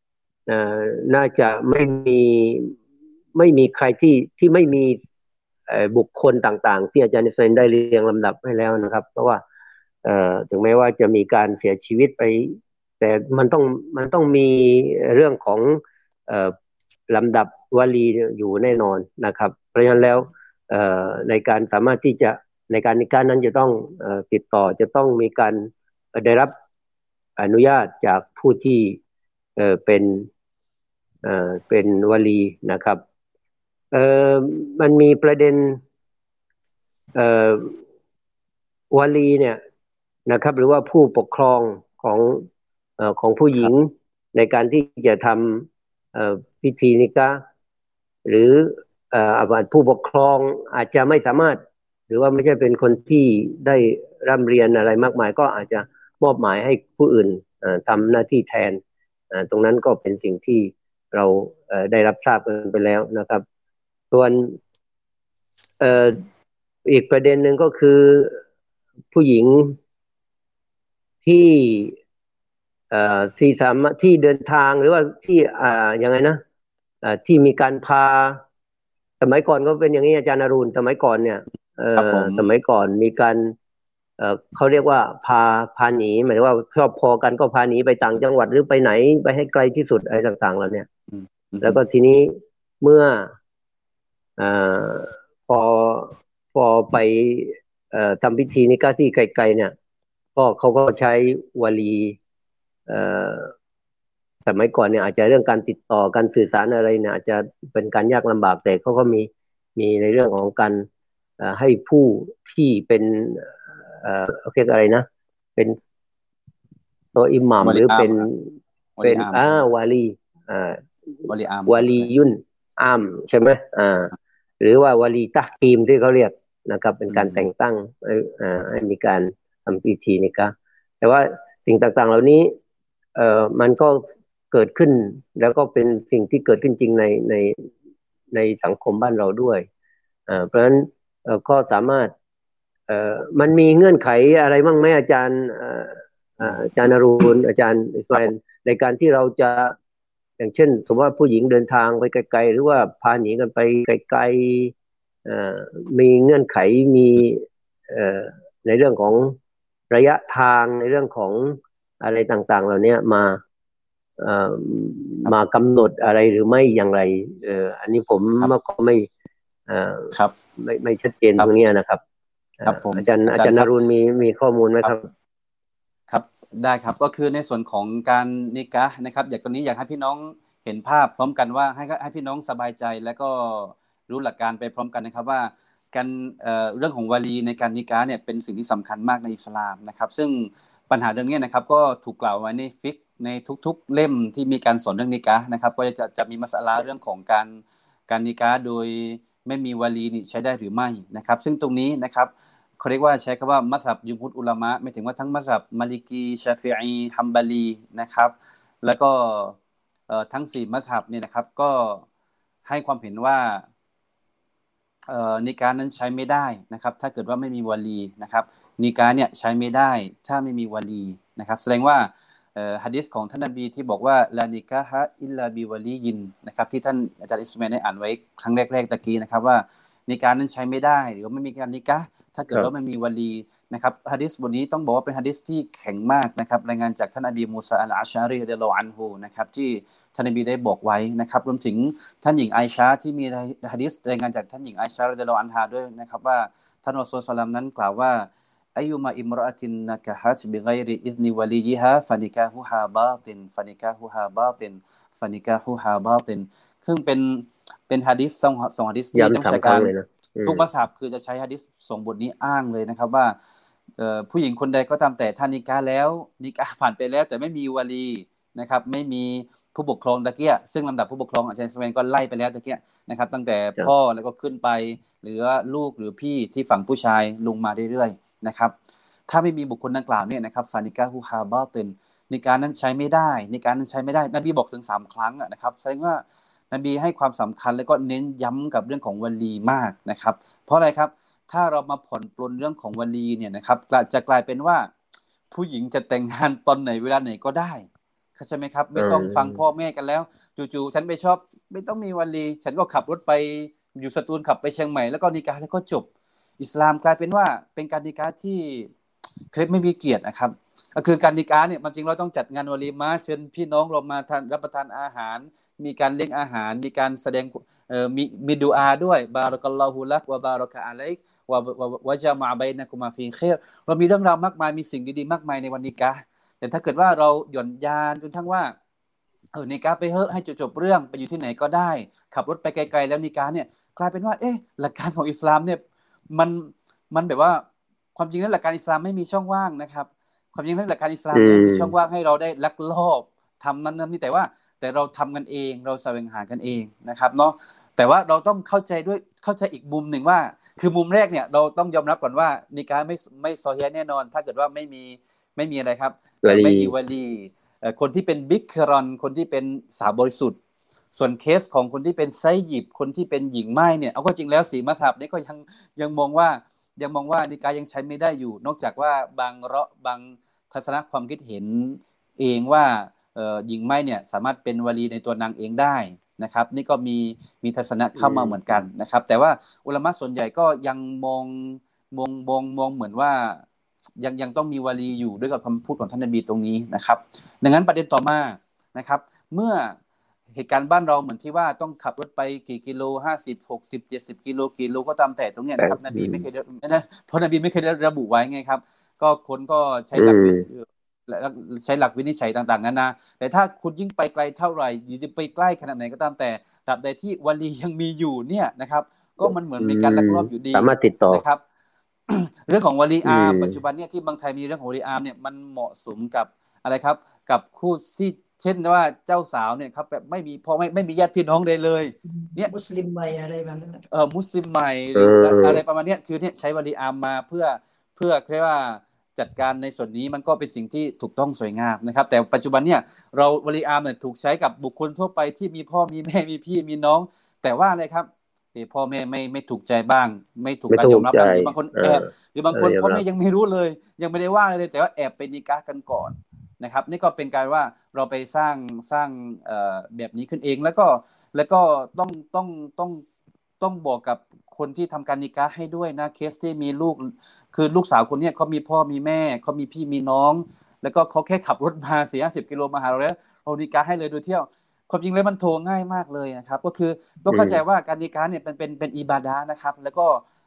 E: ไม่มีใครที่ไม่มีบุคคลต่างๆที่อาจารย์นิสัยได้เรียงลำดับให้แล้วนะครับเพราะว่าถึงแม้ว่าจะมีการเสียชีวิตไปแต่มันต้องมีเรื่องของลำดับวลีอยู่แน่นอนนะครับเพราะฉะนั้นแล้วในการสามารถที่จะในการนิกะห์นั้นจะต้องติดต่อจะต้องมีการได้รับอนุญาตจากผู้ที่เป็นวลีนะครับมันมีประเด็นวลีเนี่ยนะครับหรือว่าผู้ปกครองของผู้หญิงในการที่จะทำพิธีนิกะห์หรือผู้ปกครองอาจจะไม่สามารถหรือว่าไม่ใช่เป็นคนที่ได้ร่ำเรียนอะไรมากมายก็อาจจะมอบหมายให้ผู้อื่นทำหน้าที่แทนตรงนั้นก็เป็นสิ่งที่เราได้รับทราบกันไปแล้วนะครับส่วนอีกประเด็นหนึ่งก็คือผู้หญิงที่สามารถที่เดินทางหรือว่าที่ยังไงนะที่มีการพาสมัยก่อนก็เป็นอย่างนี้อาจารย์อรุณสมัยก่อนเนี่ยสมัยก่อนมีการเขาเรียกว่าพาหนีหมายถึงว่าชอบพอกันก็พาหนีไปต่างจังหวัดหรือไปไหนไปให้ไกลที่สุดอะไรต่างๆแล้วเนี่ยแล้วก็ทีนี้เมื่อพอไปทำพิธีนิกะห์ที่ไกลๆเนี่ยก็เขาก็ใช้วลีสมัยก่อนเนี่ยอาจจะเรื่องการติดต่อการสื่อสารอะไรเนี่ยอาจจะเป็นการยากลำบากแต่เขาก็มีในเรื่องของการให้ผู้ที่เป็นเรียกอะไรนะเป็นตัวอิหมัมหรือเป็นวาลีวาลียุนอามใช่ไหมหรือว่าวาลีตะกีมที่เขาเรียกนะครับเป็นการแต่งตั้งให้มีการทำพิธีนิกะห์แต่ว่าสิ่งต่างๆเหล่านี้มันก็เกิดขึ้นแล้วก็เป็นสิ่งที่เกิดขึ้นจริงในสังคมบ้านเราด้วยเพราะฉะนั้นก็สามารถมันมีเงื่อนไขอะไรบ้างไหมอาจารย์อรุณอาจารย์อิสมาอิลในการที่เราจะอย่างเช่นสมมติว่าผู้หญิงเดินทางไปไกลๆหรือว่าพาหนีกันไปไกลๆมีเงื่อนไขมีในเรื่องของระยะทางในเรื่องของอะไรต่างๆเหล่านี้มากำหนดอะไรหรือไม่อย่างไรอันนี้ผมก็ไม่ชัดเจนตรงนี้นะครับอาจารย์นรุณมีข้อมูลไหมครับ
D: ได้ครับก็คือในส่วนของการนิกะห์นะครับอยากให้พี่น้องเห็นภาพพร้อมกันว่าให้พี่น้องสบายใจและก็รู้หลักการไปพร้อมกันนะครับว่าการเรื่องของวาลีในการนิกะห์เนี่ยเป็นสิ่งที่สำคัญมากในอิสลามนะครับซึ่งปัญหาเรื่องนี้นะครับก็ถูกกล่าวไว้ในฟิกในทุกๆเล่มที่มีการสอนเรื่องนิกะห์นะครับก็จะมีมัสอะลาเรื่องของการนิกะห์โดยไม่มีวาลีนี่ใช้ได้หรือไม่นะครับซึ่งตรงนี้นะครับเขาเรียกว่าใช้คำว่ามัซฮับยุมฮุรอุลามะไม่ถึงว่าทั้งมัซฮับมาลิกีชาฟิอีฮัมบาลีนะครับแล้วก็ทั้ง4มัซฮับเนี่ยนะครับก็ให้ความเห็นว่านิกะห์นั้นใช้ไม่ได้นะครับถ้าเกิดว่าไม่มีวาลีนะครับนิกะห์เนี่ยใช้ไม่ได้ถ้าไม่มีวาลีนะครับแสดงว่าหะดีษของท่านนบีที่บอกว่าลานิกะฮะอิลลาบิวะลียินนะครับที่ท่านอาจารย์อิสมาอิลได้อ่านไว้ครั้งแรกๆตะกี้นะครับว่านิกะห์นั้นใช้ไม่ได้หรือว่าไม่มีการนิกะห์ถ้าเกิดว่าไม่มีวาลีนะครับหะดีษบทนี้ต้องบอกว่าเป็นหะดีษที่แข็งมากนะครับรายงานจากท่านอบีมูซาอัลอาชอะรีรอฎิยัลลอฮุอันฮุนะครับที่ท่านนบีได้บอกไว้นะครับรวมถึงท่านหญิงไอชาที่มีหะดีษรายงานจากท่านหญิงไอชารอฎิยัลลอฮุอันฮาด้วยนะครับว่าท่านรอซูลศ็อลลัลลอฮุอะลัยฮิวะซัลลัมนั้นกล่าวว่าอัยยุมาอิมรออะตินนะกะฮัตบิฆอยริอิซนิวะลียิฮาฟะนิกาฮุฮาบาตินฟะนิกาฮุฮาบาตินฟะนิกาฮุฮาบาตินซึ่งเป็นหะดีษสองหะดีษที่ต้องใช้การทุกมัซฮับคือจะใช้หะดีษ2บทนี้อ้างเลยนะครับว่าผู้หญิงคนใดก็ตามแต่ถ้านิกะห์แล้วนิกะห์ผ่านไปแล้วแต่ไม่มีวาลีนะครับไม่มีผู้ปกครองตะเกียซึ่งลำดับผู้ปกครองอาจารย์สเวนก็ไล่ไปแล้วตะเกียนะครับตั้งแต่พ่อแล้วก็ขึ้นไปหรือลูกหรือพี่ที่ฝั่งผู้ชายลงมาเรื่อยๆนะครับถ้าไม่มีบุคคลดังกล่าวเนี่ยนะครับฟานิกะฮุฮาบาตินในการนั้นใช้ไม่ได้ในการนั้นใช้ไม่ได้นบีบอกถึง3ครั้งนะครับแสดงว่านบีให้ความสำคัญแล้วก็เน้นย้ำกับเรื่องของวลีมากนะครับเพราะอะไรครับถ้าเรามาผ่อนปลนเรื่องของวลีเนี่ยนะครับจะกลายเป็นว่าผู้หญิงจะแต่งงานตอนไหนเวลาไหนก็ได้ใช่ไหมครับไม่ต้องฟังพ่อแม่กันแล้วจู่ๆฉันไปชอบไม่ต้องมีวลีฉันก็ขับรถไปอยู่สตูลขับไปเชียงใหม่แล้วก็นิกะห์แล้วก็จบอิสลามกลายเป็นว่าเป็นการนิกะห์ที่เคล็ดไม่มีเกียรตินะครับก็คือการนิกะห์เนี่ยจริงเราต้องจัดงานวะลีมะห์เชิญพี่น้องเรามารับประทานอาหารมีการเลี้ยงอาหารมีการแสดงมีดุอาด้วยบารักัลลอฮุลักวะบารักะอะลัยกวะญะมะบัยนะกุมาฟีค็รเรามีเรื่องราวมากมายมีสิ่งดีๆมากมายในวันนิกะห์แต่ถ้าเกิดว่าเราหย่อนยานจนทั้งว่านิกะห์ไปเถอะให้จบเรื่องไปอยู่ที่ไหนก็ได้ขับรถไปไกลๆแล้วนิกะห์เนี่ยกลายเป็นว่าหลักการของอิสลามเนี่ยมันแบบว่าความจริงแล้วหลักการอิสลามไม่มีช่องว่างนะครับความจริงแล้วหลักการอิสลามเนี่ยมีช่องว่างให้เราได้ลักลอบทำนั้นนี่แต่เราทำกันเองเราแสวงหากันเองนะครับเนาะแต่ว่าเราต้องเข้าใจอีกมุมหนึ่งว่าคือมุมแรกเนี่ยเราต้องยอมรับก่อนว่านิกะห์ไม่ซอฮีฮ์แน่นอนถ้าเกิดว่าไม่มีอะไรครับไม่มีวะลีคนที่เป็นบิกรอนคนที่เป็นสาวบริสุทธิ์ส่วนเคสของคนที่เป็นไซยิบคนที่เป็นหญิงม่ายเนี่ยเอาก็จริงแล้ว4มัซฮับนี้ก็ยังมองว่านิกะห์ยังใช้ไม่ได้อยู่นอกจากว่าบางทัศนะความคิดเห็นเองว่าหญิงม่ายเนี่ยสามารถเป็นวะลีในตัวนางเองได้นะครับนี่ก็มีทัศนะเข้ามาเหมือนกันนะครับแต่ว่าอุลามะส่วนใหญ่ก็ยังมองเหมือนว่ายังต้องมีวาลีอยู่ด้วยกับคำพูดของท่านนบีตรงนี้นะครับดังนั้นประเด็นต่อมานะครับเมื่อเหตุการณ์บ้านเราเหมือนที่ว่าต้องขับรถไปกี่กิโล50 60 70กิโลก็ตามแต่ตรงเนี้ยนะครับนบีไม่เคยเพราะนบีไม่เคยระบุไว้ไงครับก็คนก็ใช้หลักวินิจฉัยต่างๆนานาแต่ถ้าคุณยิ่งไปไกลเท่าไหร่จะไปใกล้ขนาดไหนก็ตามแต่ตราบใดที่วาลียังมีอยู่เนี่ยนะครับก็มันเหมือนเป็นการลักลอบอยู่ดี
E: สามารถติดต่อ
D: นะครับ เรื่องของวาลีอาร์ปัจจุบันเนี่ยที่บางไทยมีเรื่องของวาลีอาร์เนี่ยมันเหมาะสมกับอะไรครับกับคู่ที่เช่นว่าเจ้าสาวเนี่ยครับแบบไม่มีพ่อไม่มีญาติพี่น้องเลยเนี่ย
F: มุสลิมใหม่อะไรแบบนั้น
D: มุสลิมใหม่หรืออะไรประมาณนี้คือเนี่ยใช้วาลีอาร์มาเพื่อเรียกว่าจัดการในส่วนนี้มันก็เป็นสิ่งที่ถูกต้องสวยงามนะครับแต่ปัจจุบันเนี่ยเราวาลีอาร์เนี่ยถูกใช้กับบุคคลทั่วไปที่มีพ่อมีแม่มีพี่มีน้องแต่ว่าอะไรครับพ่อแม่ไม่ถูกใจบ้างไม่ถูกการยอมรับบ้างหรือบางคนแอบหรือบางคนพ่อแม่ยังไม่รู้เลยยังไม่ได้ว่าเลยแต่ว่าแอบไปนิกะห์กันก่อนนะครับนี่ก็เป็นการว่าเราไปสร้างแบบนี้ขึ้นเองแล้วก็ต้องบอกกับคนที่ทำการนิกะห์ให้ด้วยนะเคสที่มีลูกคือลูกสาวคนนี้เขามีพ่อมีแม่เขามีพี่มีน้องแล้วก็เขาแค่ขับรถมา 40 กิโลมาหาเราแล้วเรานิกะห์ให้เลยโดยเที่ยวความจริงแล้วมันโทรง่ายมากเลยนะครับก็คือต้องเข้าใจว่าการนิกะห์เนี่ยเป็นอิบาดะห์นะครับแล้วก็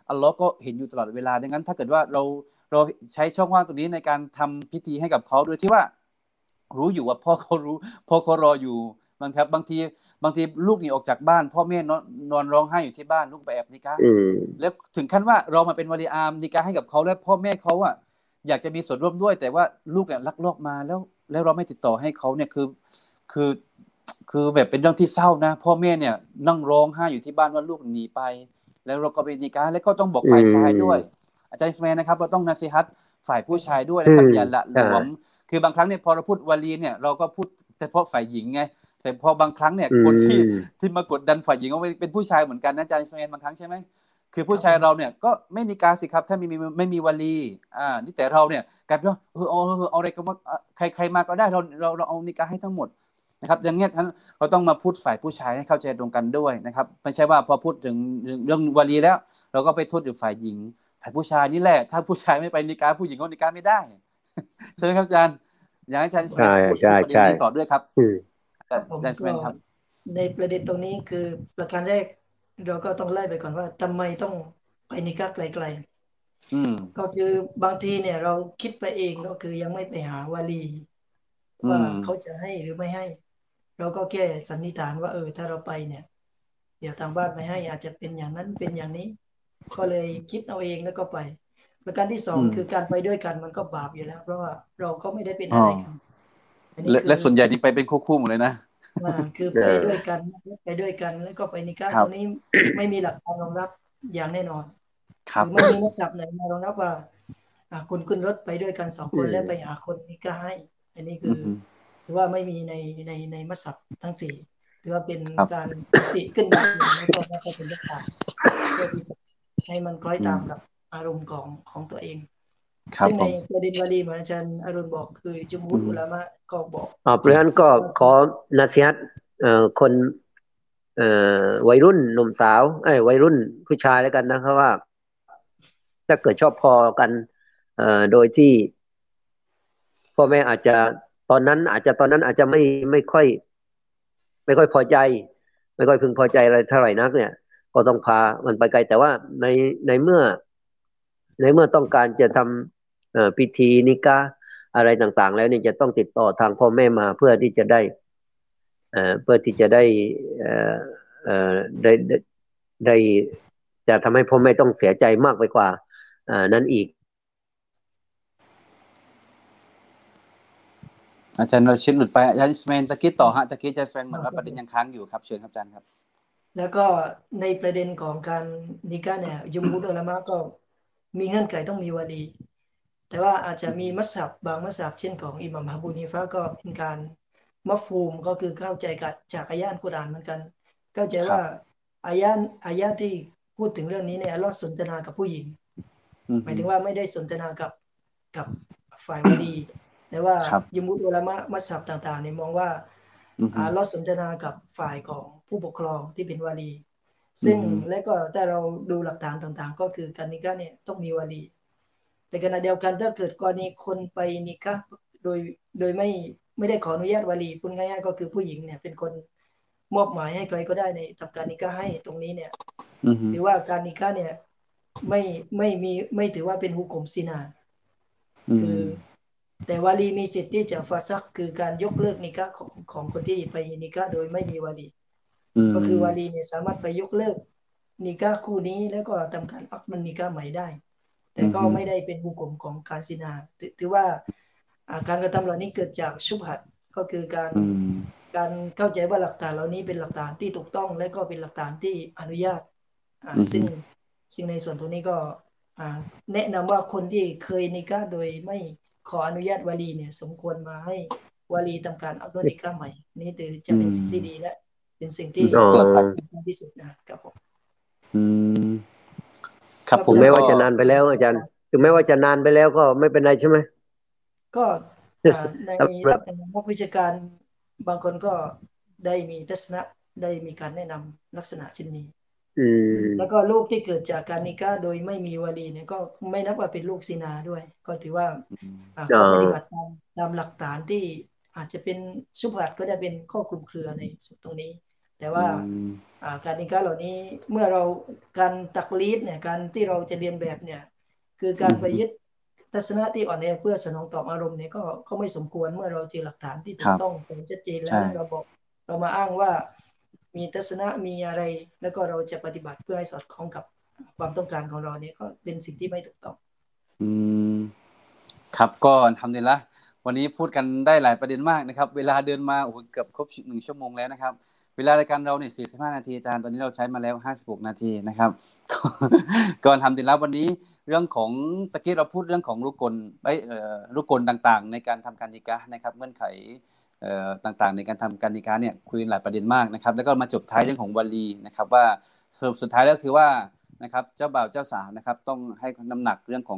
D: อัลลอฮ์ก็เห็นอยู่ตลอดเวลาดังนั้นถ้าเกิดว่าเราใช้ช่องว่างตรงนี้ในการทำพิธีให้กับเขาโดยที่ว่ารู้อยู่ว่าพ่อเขารู้พ่อเขารออยู่บางทีลูกหนีออกจากบ้านพ่อแม่นอนร้องไห้อยู่ที่บ้านลูกไปแอบนิกะห์แล้วถึงขั้นว่าเรามาเป็นวลีอามนิกะห์ให้กับเขาแล้วพ่อแม่เขาอะอยากจะมีส่วนร่วมด้วยแต่ว่าลูกเนี่ยลักลอบมาแล้วเราไม่ติดต่อให้เขาเนี่ยคือแบบเป็นเรื่องที่เศร้านะพ่อแม่เนี่ยนั่งร้องไห้อยู่ที่บ้านว่าลูกหนีไปแล้วเราก็ไปนิกะห์แล้วก็ต้องบอกฝ่ายชายด้วยอาจารย์อิสมาอิลนะครับเราต้องนะซีฮัตฝ่ายผู้ชายด้วยนะครับอย่าละหลวมคือบางครั้งเนี่ยพอเราพูดวลีเนี่ยเราก็พูดเฉพาะฝ่ายหญิงไงแต่พอบางครั้งเนี่ยคนที่มากดดันฝ่ายหญิงก็เป็นผู้ชายเหมือนกันนะอาจารย์อิสมาอิลบางครั้งใช่ไหมคือผู้ชายเราเนี่ยก็ไม่นิกะห์สิครับถ้าไม่มีวลีนี่แต่เราเนี่ยกลายเป็นว่าเอาอะไรก็ว่าใครมาก็ได้เราเอานิกะห์ให้ทั้งหมดนะครับอย่างเงี้ยเราต้องมาพูดฝ่ายผู้ชายให้เข้าใจตรงกันด้วยนะครับไม่ใช่ว่าพอพูดถึงเรื่องวลีแล้วเราก็ไปโทษถึงฝ่ายหญิงฝ่ายผู้ชายนี่แหละถ้าผู้ชายไม่ไปนิกะห์ผู้หญิงก็นิกะห์ไม่ได้ใช่ไหมครับอาจารย์อยากให้อาจารย์พูดประเด็นนี้ต่อด้วยครับ
F: ผมก็ในประเด็นตรงนี้คือประการแรกเราก็ต้องไล่ไปก่อนว่าทำไมต้องไปนิกะห์ไกลๆก็คือบางทีเนี่ยเราคิดไปเองก็คือยังไม่ไปหาวาลีว่าเขาจะให้หรือไม่ให้เราก็แค่สันนิษฐานว่าถ้าเราไปเนี่ยเดี๋ยวทางบ้านไม่ให้อาจจะเป็นอย่างนั้นเป็นอย่างนี้ก็เลยคิดเอาเองแล้วก็ไปประการที่สองคือการไปด้วยกันมันก็บาปอยู่แล้วเพราะว่าเราก็ไม่ได้เป็นอะไรกัน
D: และส่วนใหญ่นี่ไปเป็นคู่ๆหมดเลยนะ
F: คือไปด้วยกันแล้วก็ไปนิกะห์ตรงนี้ไม่มีหลักการรองรับอย่างแน่นอนไม่มีมัสฮับไหนมารองรับว่าคุณขึ้นรถไปด้วยกัน2คนแล้วไปหาคนนิกะห์ให้อันนี้คือถือว่าไม่มีในมัสฮับทั้ง4ถือว่าเป็นการติขึ้นมาแล้วก็มาผสมผสานเพื่อที่จะให้มันคล้อยตามกับอารมณ์ของตัวเองซึ่งในประเด็นวาลีเหมือนอาจารย์อรุณบอกคือจุมฮุรอุลามะก็บอก
E: เพราะฉะนั้นก็ขอนะซีฮัตคนวัยรุ่นหนุ่มสาววัยรุ่นผู้ชายแล้วกันนะครับว่าถ้าเกิดชอบพอกันโดยที่พ่อแม่อาจจะตอนนั้นอาจจะไม่ค่อยพอใจไม่ค่อยพึงพอใจอะไรเท่าไหร่นักเนี่ยก็ต้องพามันไปไกลแต่ว่าในเมื่อต้องการจะทำพิธีนิกะห์อะไรต่างๆแล้วเนี่ยจะต้องติดต่อทางพ่อแม่มาเพื่อที่จะได้ได้จะทำให้พ่อแม่ต้องเสียใจมากไปกว่านั้นอีก
D: อาจารย์เราชิดหลุดไปอาจารย์อิสมาอิลตะกี้ต่อฮะตะกี้อาจารย์อิสมาอิลเหมือนว่าประเด็นยังค้างอยู่ครับเชิญครับอาจารย์ครับ
F: แล้วก็ในประเด็นของการนิกะห์เนี่ยจุมฮุรอุลามะก็มีเงื่อนไขต้องมีวาลีแต่ว่าอาจจะมีมัสฮับบางมัสฮับเช่นของอิหม่ามอบูนีฟะห์ก็เป็นการมัฟฮูมก็คือเข้าใจจากอายะห์กุรอานเหมือนกันเข้าใจว่าอายะห์ที่พูดถึงเรื่องนี้เนี่ยอัลเลาะห์สนทนากับผู้หญิงหมายถึงว่าไม่ได้สนทนากับฝ่ายวาลีแต่ว่ายุมุอุลามะมัสฮับต่างๆเนี่ยมองว่าอัลเลาะห์สนทนากับฝ่ายของผู้ปกครองที่เป็นวาลีซึ่งและก็ถ้าเราดูหลักฐานต่างๆก็คือการนิกะห์เนี่ยต้องมีวาลีแต่ขณะเดียวกันถ้าเกิดกรณีคนไปนิกะห์โดยไม่ได้ขออนุญาตวาลีพูดง่ายๆก็คือผู้หญิงเนี่ยเป็นคนมอบหมายให้ใครก็ได้ในทำการนิกะห์ให้ตรงนี้เนี่ยหรือว่าการนิกะห์เนี่ยไม่ถือว่าเป็นฮุกมซินาคือแต่วาลีมีสิทธิ์ที่จะฟาซักคือการยกเลิกนิกะห์ของคนที่ไปนิกะห์โดยไม่มีวาลีก็คือวาลีเนี่ยสามารถไปยกเลิกนิกะห์คู่นี้แล้วก็ทำการอักมันนิกะห์ใหม่ได้แต่ก็ไม่ได้เป็นฮุกมของการซินาถือว่าการกระทำเหล่านี้เกิดจากชุบฮัดก็คือการเข้าใจว่าหลักฐานเหล่านี้เป็นหลักฐานที่ถูกต้องและก็เป็นหลักฐานที่อนุญาตซึ่งในส่วนตรงนี้ก็แนะนำว่าคนที่เคยนิกะห์โดยไม่ขออนุญาตวาลีเนี่ยสมควรมาให้วาลีทำการอักนิกะห์ใหม่นี่ถือจะเป็นสิ่งที่ดีและเป็นสิ่งที่ที่สุดนะครับผม
D: ครับ
E: ถึงแม้ว่าจะนานไปแล้วอาจารย์ถึงแม้ว่าจะนานไปแล้วก็ไม่เป็นไรใช่ไหม
F: ก็ในนักวิชาการบางคนก็ได้มีทัศนะได้มีการแนะนำลักษณะเช่นนี้แล้วก็ลูกที่เกิดจากการนิกะห์โดยไม่มีวาลีเนี่ยก็ไม่นับว่าเป็นลูกซินาด้วยก็ถือว่าเขาปฏิบัติตามหลักฐานที่อาจจะเป็นชุบฮัดก็ได้เป็นข้อคลุมเครือในตรงนี้แต่ว่าการนิกาเหล่านี้เมื่อเราการตักลีดเนี่ยการที่เราจะเรียนแบบเนี่ยคือการไปยึดทัศนะที่อ่อนแอเพื่อสนองตอบอารมณ์เนี่ยก็ไม่สมควรเมื่อเราเจอหลักฐานที่ถูกต้องชัดเจนแล้วเรามาอ้างว่ามีทัศนะมีอะไรแล้วก็เราจะปฏิบัติเพื่อให้สอดคล้องกับความต้องการของเราเนี่ยก็เป็นสิ่งที่ไม่ถูกต้อง
D: ครับก็ทำดีละวันนี้พูดกันได้หลายประเด็นมากนะครับเวลาเดินมาโอ้โหเกือบครบ1ชั่วโมงแล้วนะครับเวลารายการเราเนี่ย45นาทีอาจารย์ตอนนี้เราใช้มาแล้ว56นาทีนะครับก็ทำดีละวันนี้เรื่องของตะกี้เราพูดเรื่องของรุกลต่างๆในการทำการนิกะห์นะครับเงื่อนไขต่างๆในการทำการนิกะห์เนี่ยคุยหลายประเด็นมากนะครับแล้วก็มาจบท้ายเรื่องของวาลีนะครับว่าสรุปสุดท้ายแล้วคือว่านะครับเจ้าบ่าวเจ้าสาวนะครับต้องให้น้ำหนักเรื่องของ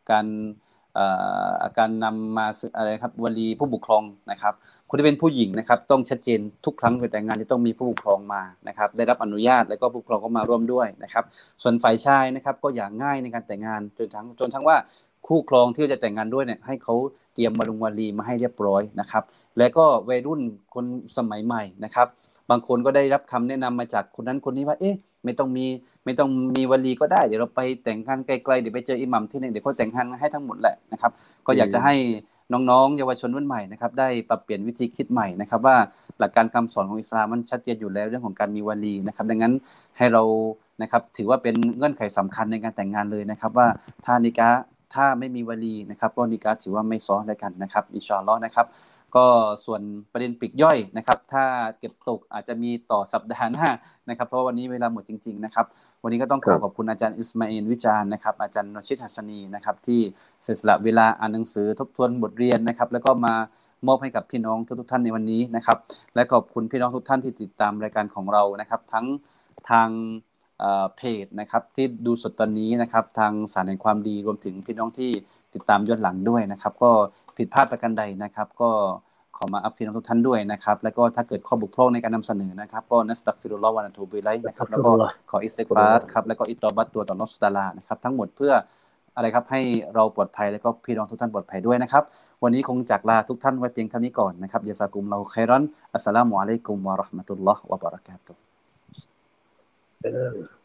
D: การนำมาอะไรครับวลีผู้ปกครองนะครับคนที่เป็นผู้หญิงนะครับต้องชัดเจนทุกครั้งไปแต่งงานที่ต้องมีผู้ปกครองมานะครับได้รับอนุญาตแล้วก็ผู้ปกครองก็มาร่วมด้วยนะครับส่วนฝ่ายชายนะครับก็อย่างง่ายในการแต่งงานจนทั้งว่าคู่ครองที่จะแต่งงานด้วยเนี่ยให้เขาเตรียมวลีมาให้เรียบร้อยนะครับแล้วก็วัยรุ่นคนสมัยใหม่นะครับบางคนก็ได้รับคำแนะนำมาจากคนนั้นคนนี้ว่าไม่ต้องมีวลีก็ได้เดี๋ยวเราไปแต่งงานไกลๆเดี๋ยวไปเจออิหมัมที่นึงเดี๋ยวเขาแต่งงานให้ทั้งหมดแหละนะครับก็อยากจะให้น้องๆเยาวชนรุ่นใหม่นะครับได้ปรับเปลี่ยนวิธีคิดใหม่นะครับว่าหลักการคำสอนของอิสลามมันชัดเจนอยู่แล้วเรื่องของการมีวลีนะครับดังนั้นให้เรานะครับถือว่าเป็นเงื่อนไขสำคัญในการแต่งงานเลยนะครับว่าถ้าไม่มีวลีนะครับก็นิกะห์ถือว่าไม่ซ้อนกันนะครับอินชาอัลเลาะห์นะครับก็ส่วนประเด็นปลีกย่อยนะครับถ้าเก็บตกอาจจะมีต่อสัปดาห์หน้านะครับเพราะวันนี้เวลาหมดจริงๆนะครับวันนี้ก็ต้องขอบคุณอาจารย์อิสมาอิลวิจารณ์นะครับอาจารย์นชิดฮัสซานีนะครับที่เสียสละเวลาอ่านหนังสือทบทวนบทเรียนนะครับแล้วก็มามอบให้กับพี่น้องทุกท่านในวันนี้นะครับและขอบคุณพี่น้องทุกท่านที่ติดตามรายการของเรานะครับทั้งทางเพจนะครับที่ดูสดตอนนี้นะครับทางสารแห่งความดีรวมถึงพี่น้องที่ติดตามย้อนหลังด้วยนะครับก็ผิดพลาดประการใดนะครับก็ขอมาอัฟฟินทุกท่านด้วยนะครับแล้วก็ถ้าเกิดข้อบกพร่องในการนำเสนอนะครับก็นัสตัฆฟิรุลลอฮ์วะนะตูบิอิลัยฮินะครับแล้วก็ขออิสติฆฟารครับแล้วก็อิตอบัตตัวต่ออัลเลาะห์ซุบฮานะฮูวะตะอาลานะครับทั้งหมดเพื่ออะไรครับให้เราปลอดภัยแล้วก็พี่น้องทุกท่านปลอดภัยด้วยนะครับวันนี้คงจากลาทุกท่านไว้เพียงเท่านี้ก่อนนะครับยะซากุมลอฮุค็อยรอนอัสสลามุอะลัยกุมวะเราะห์มะตุลลอฮ์วะบะเราะกาตุฮ์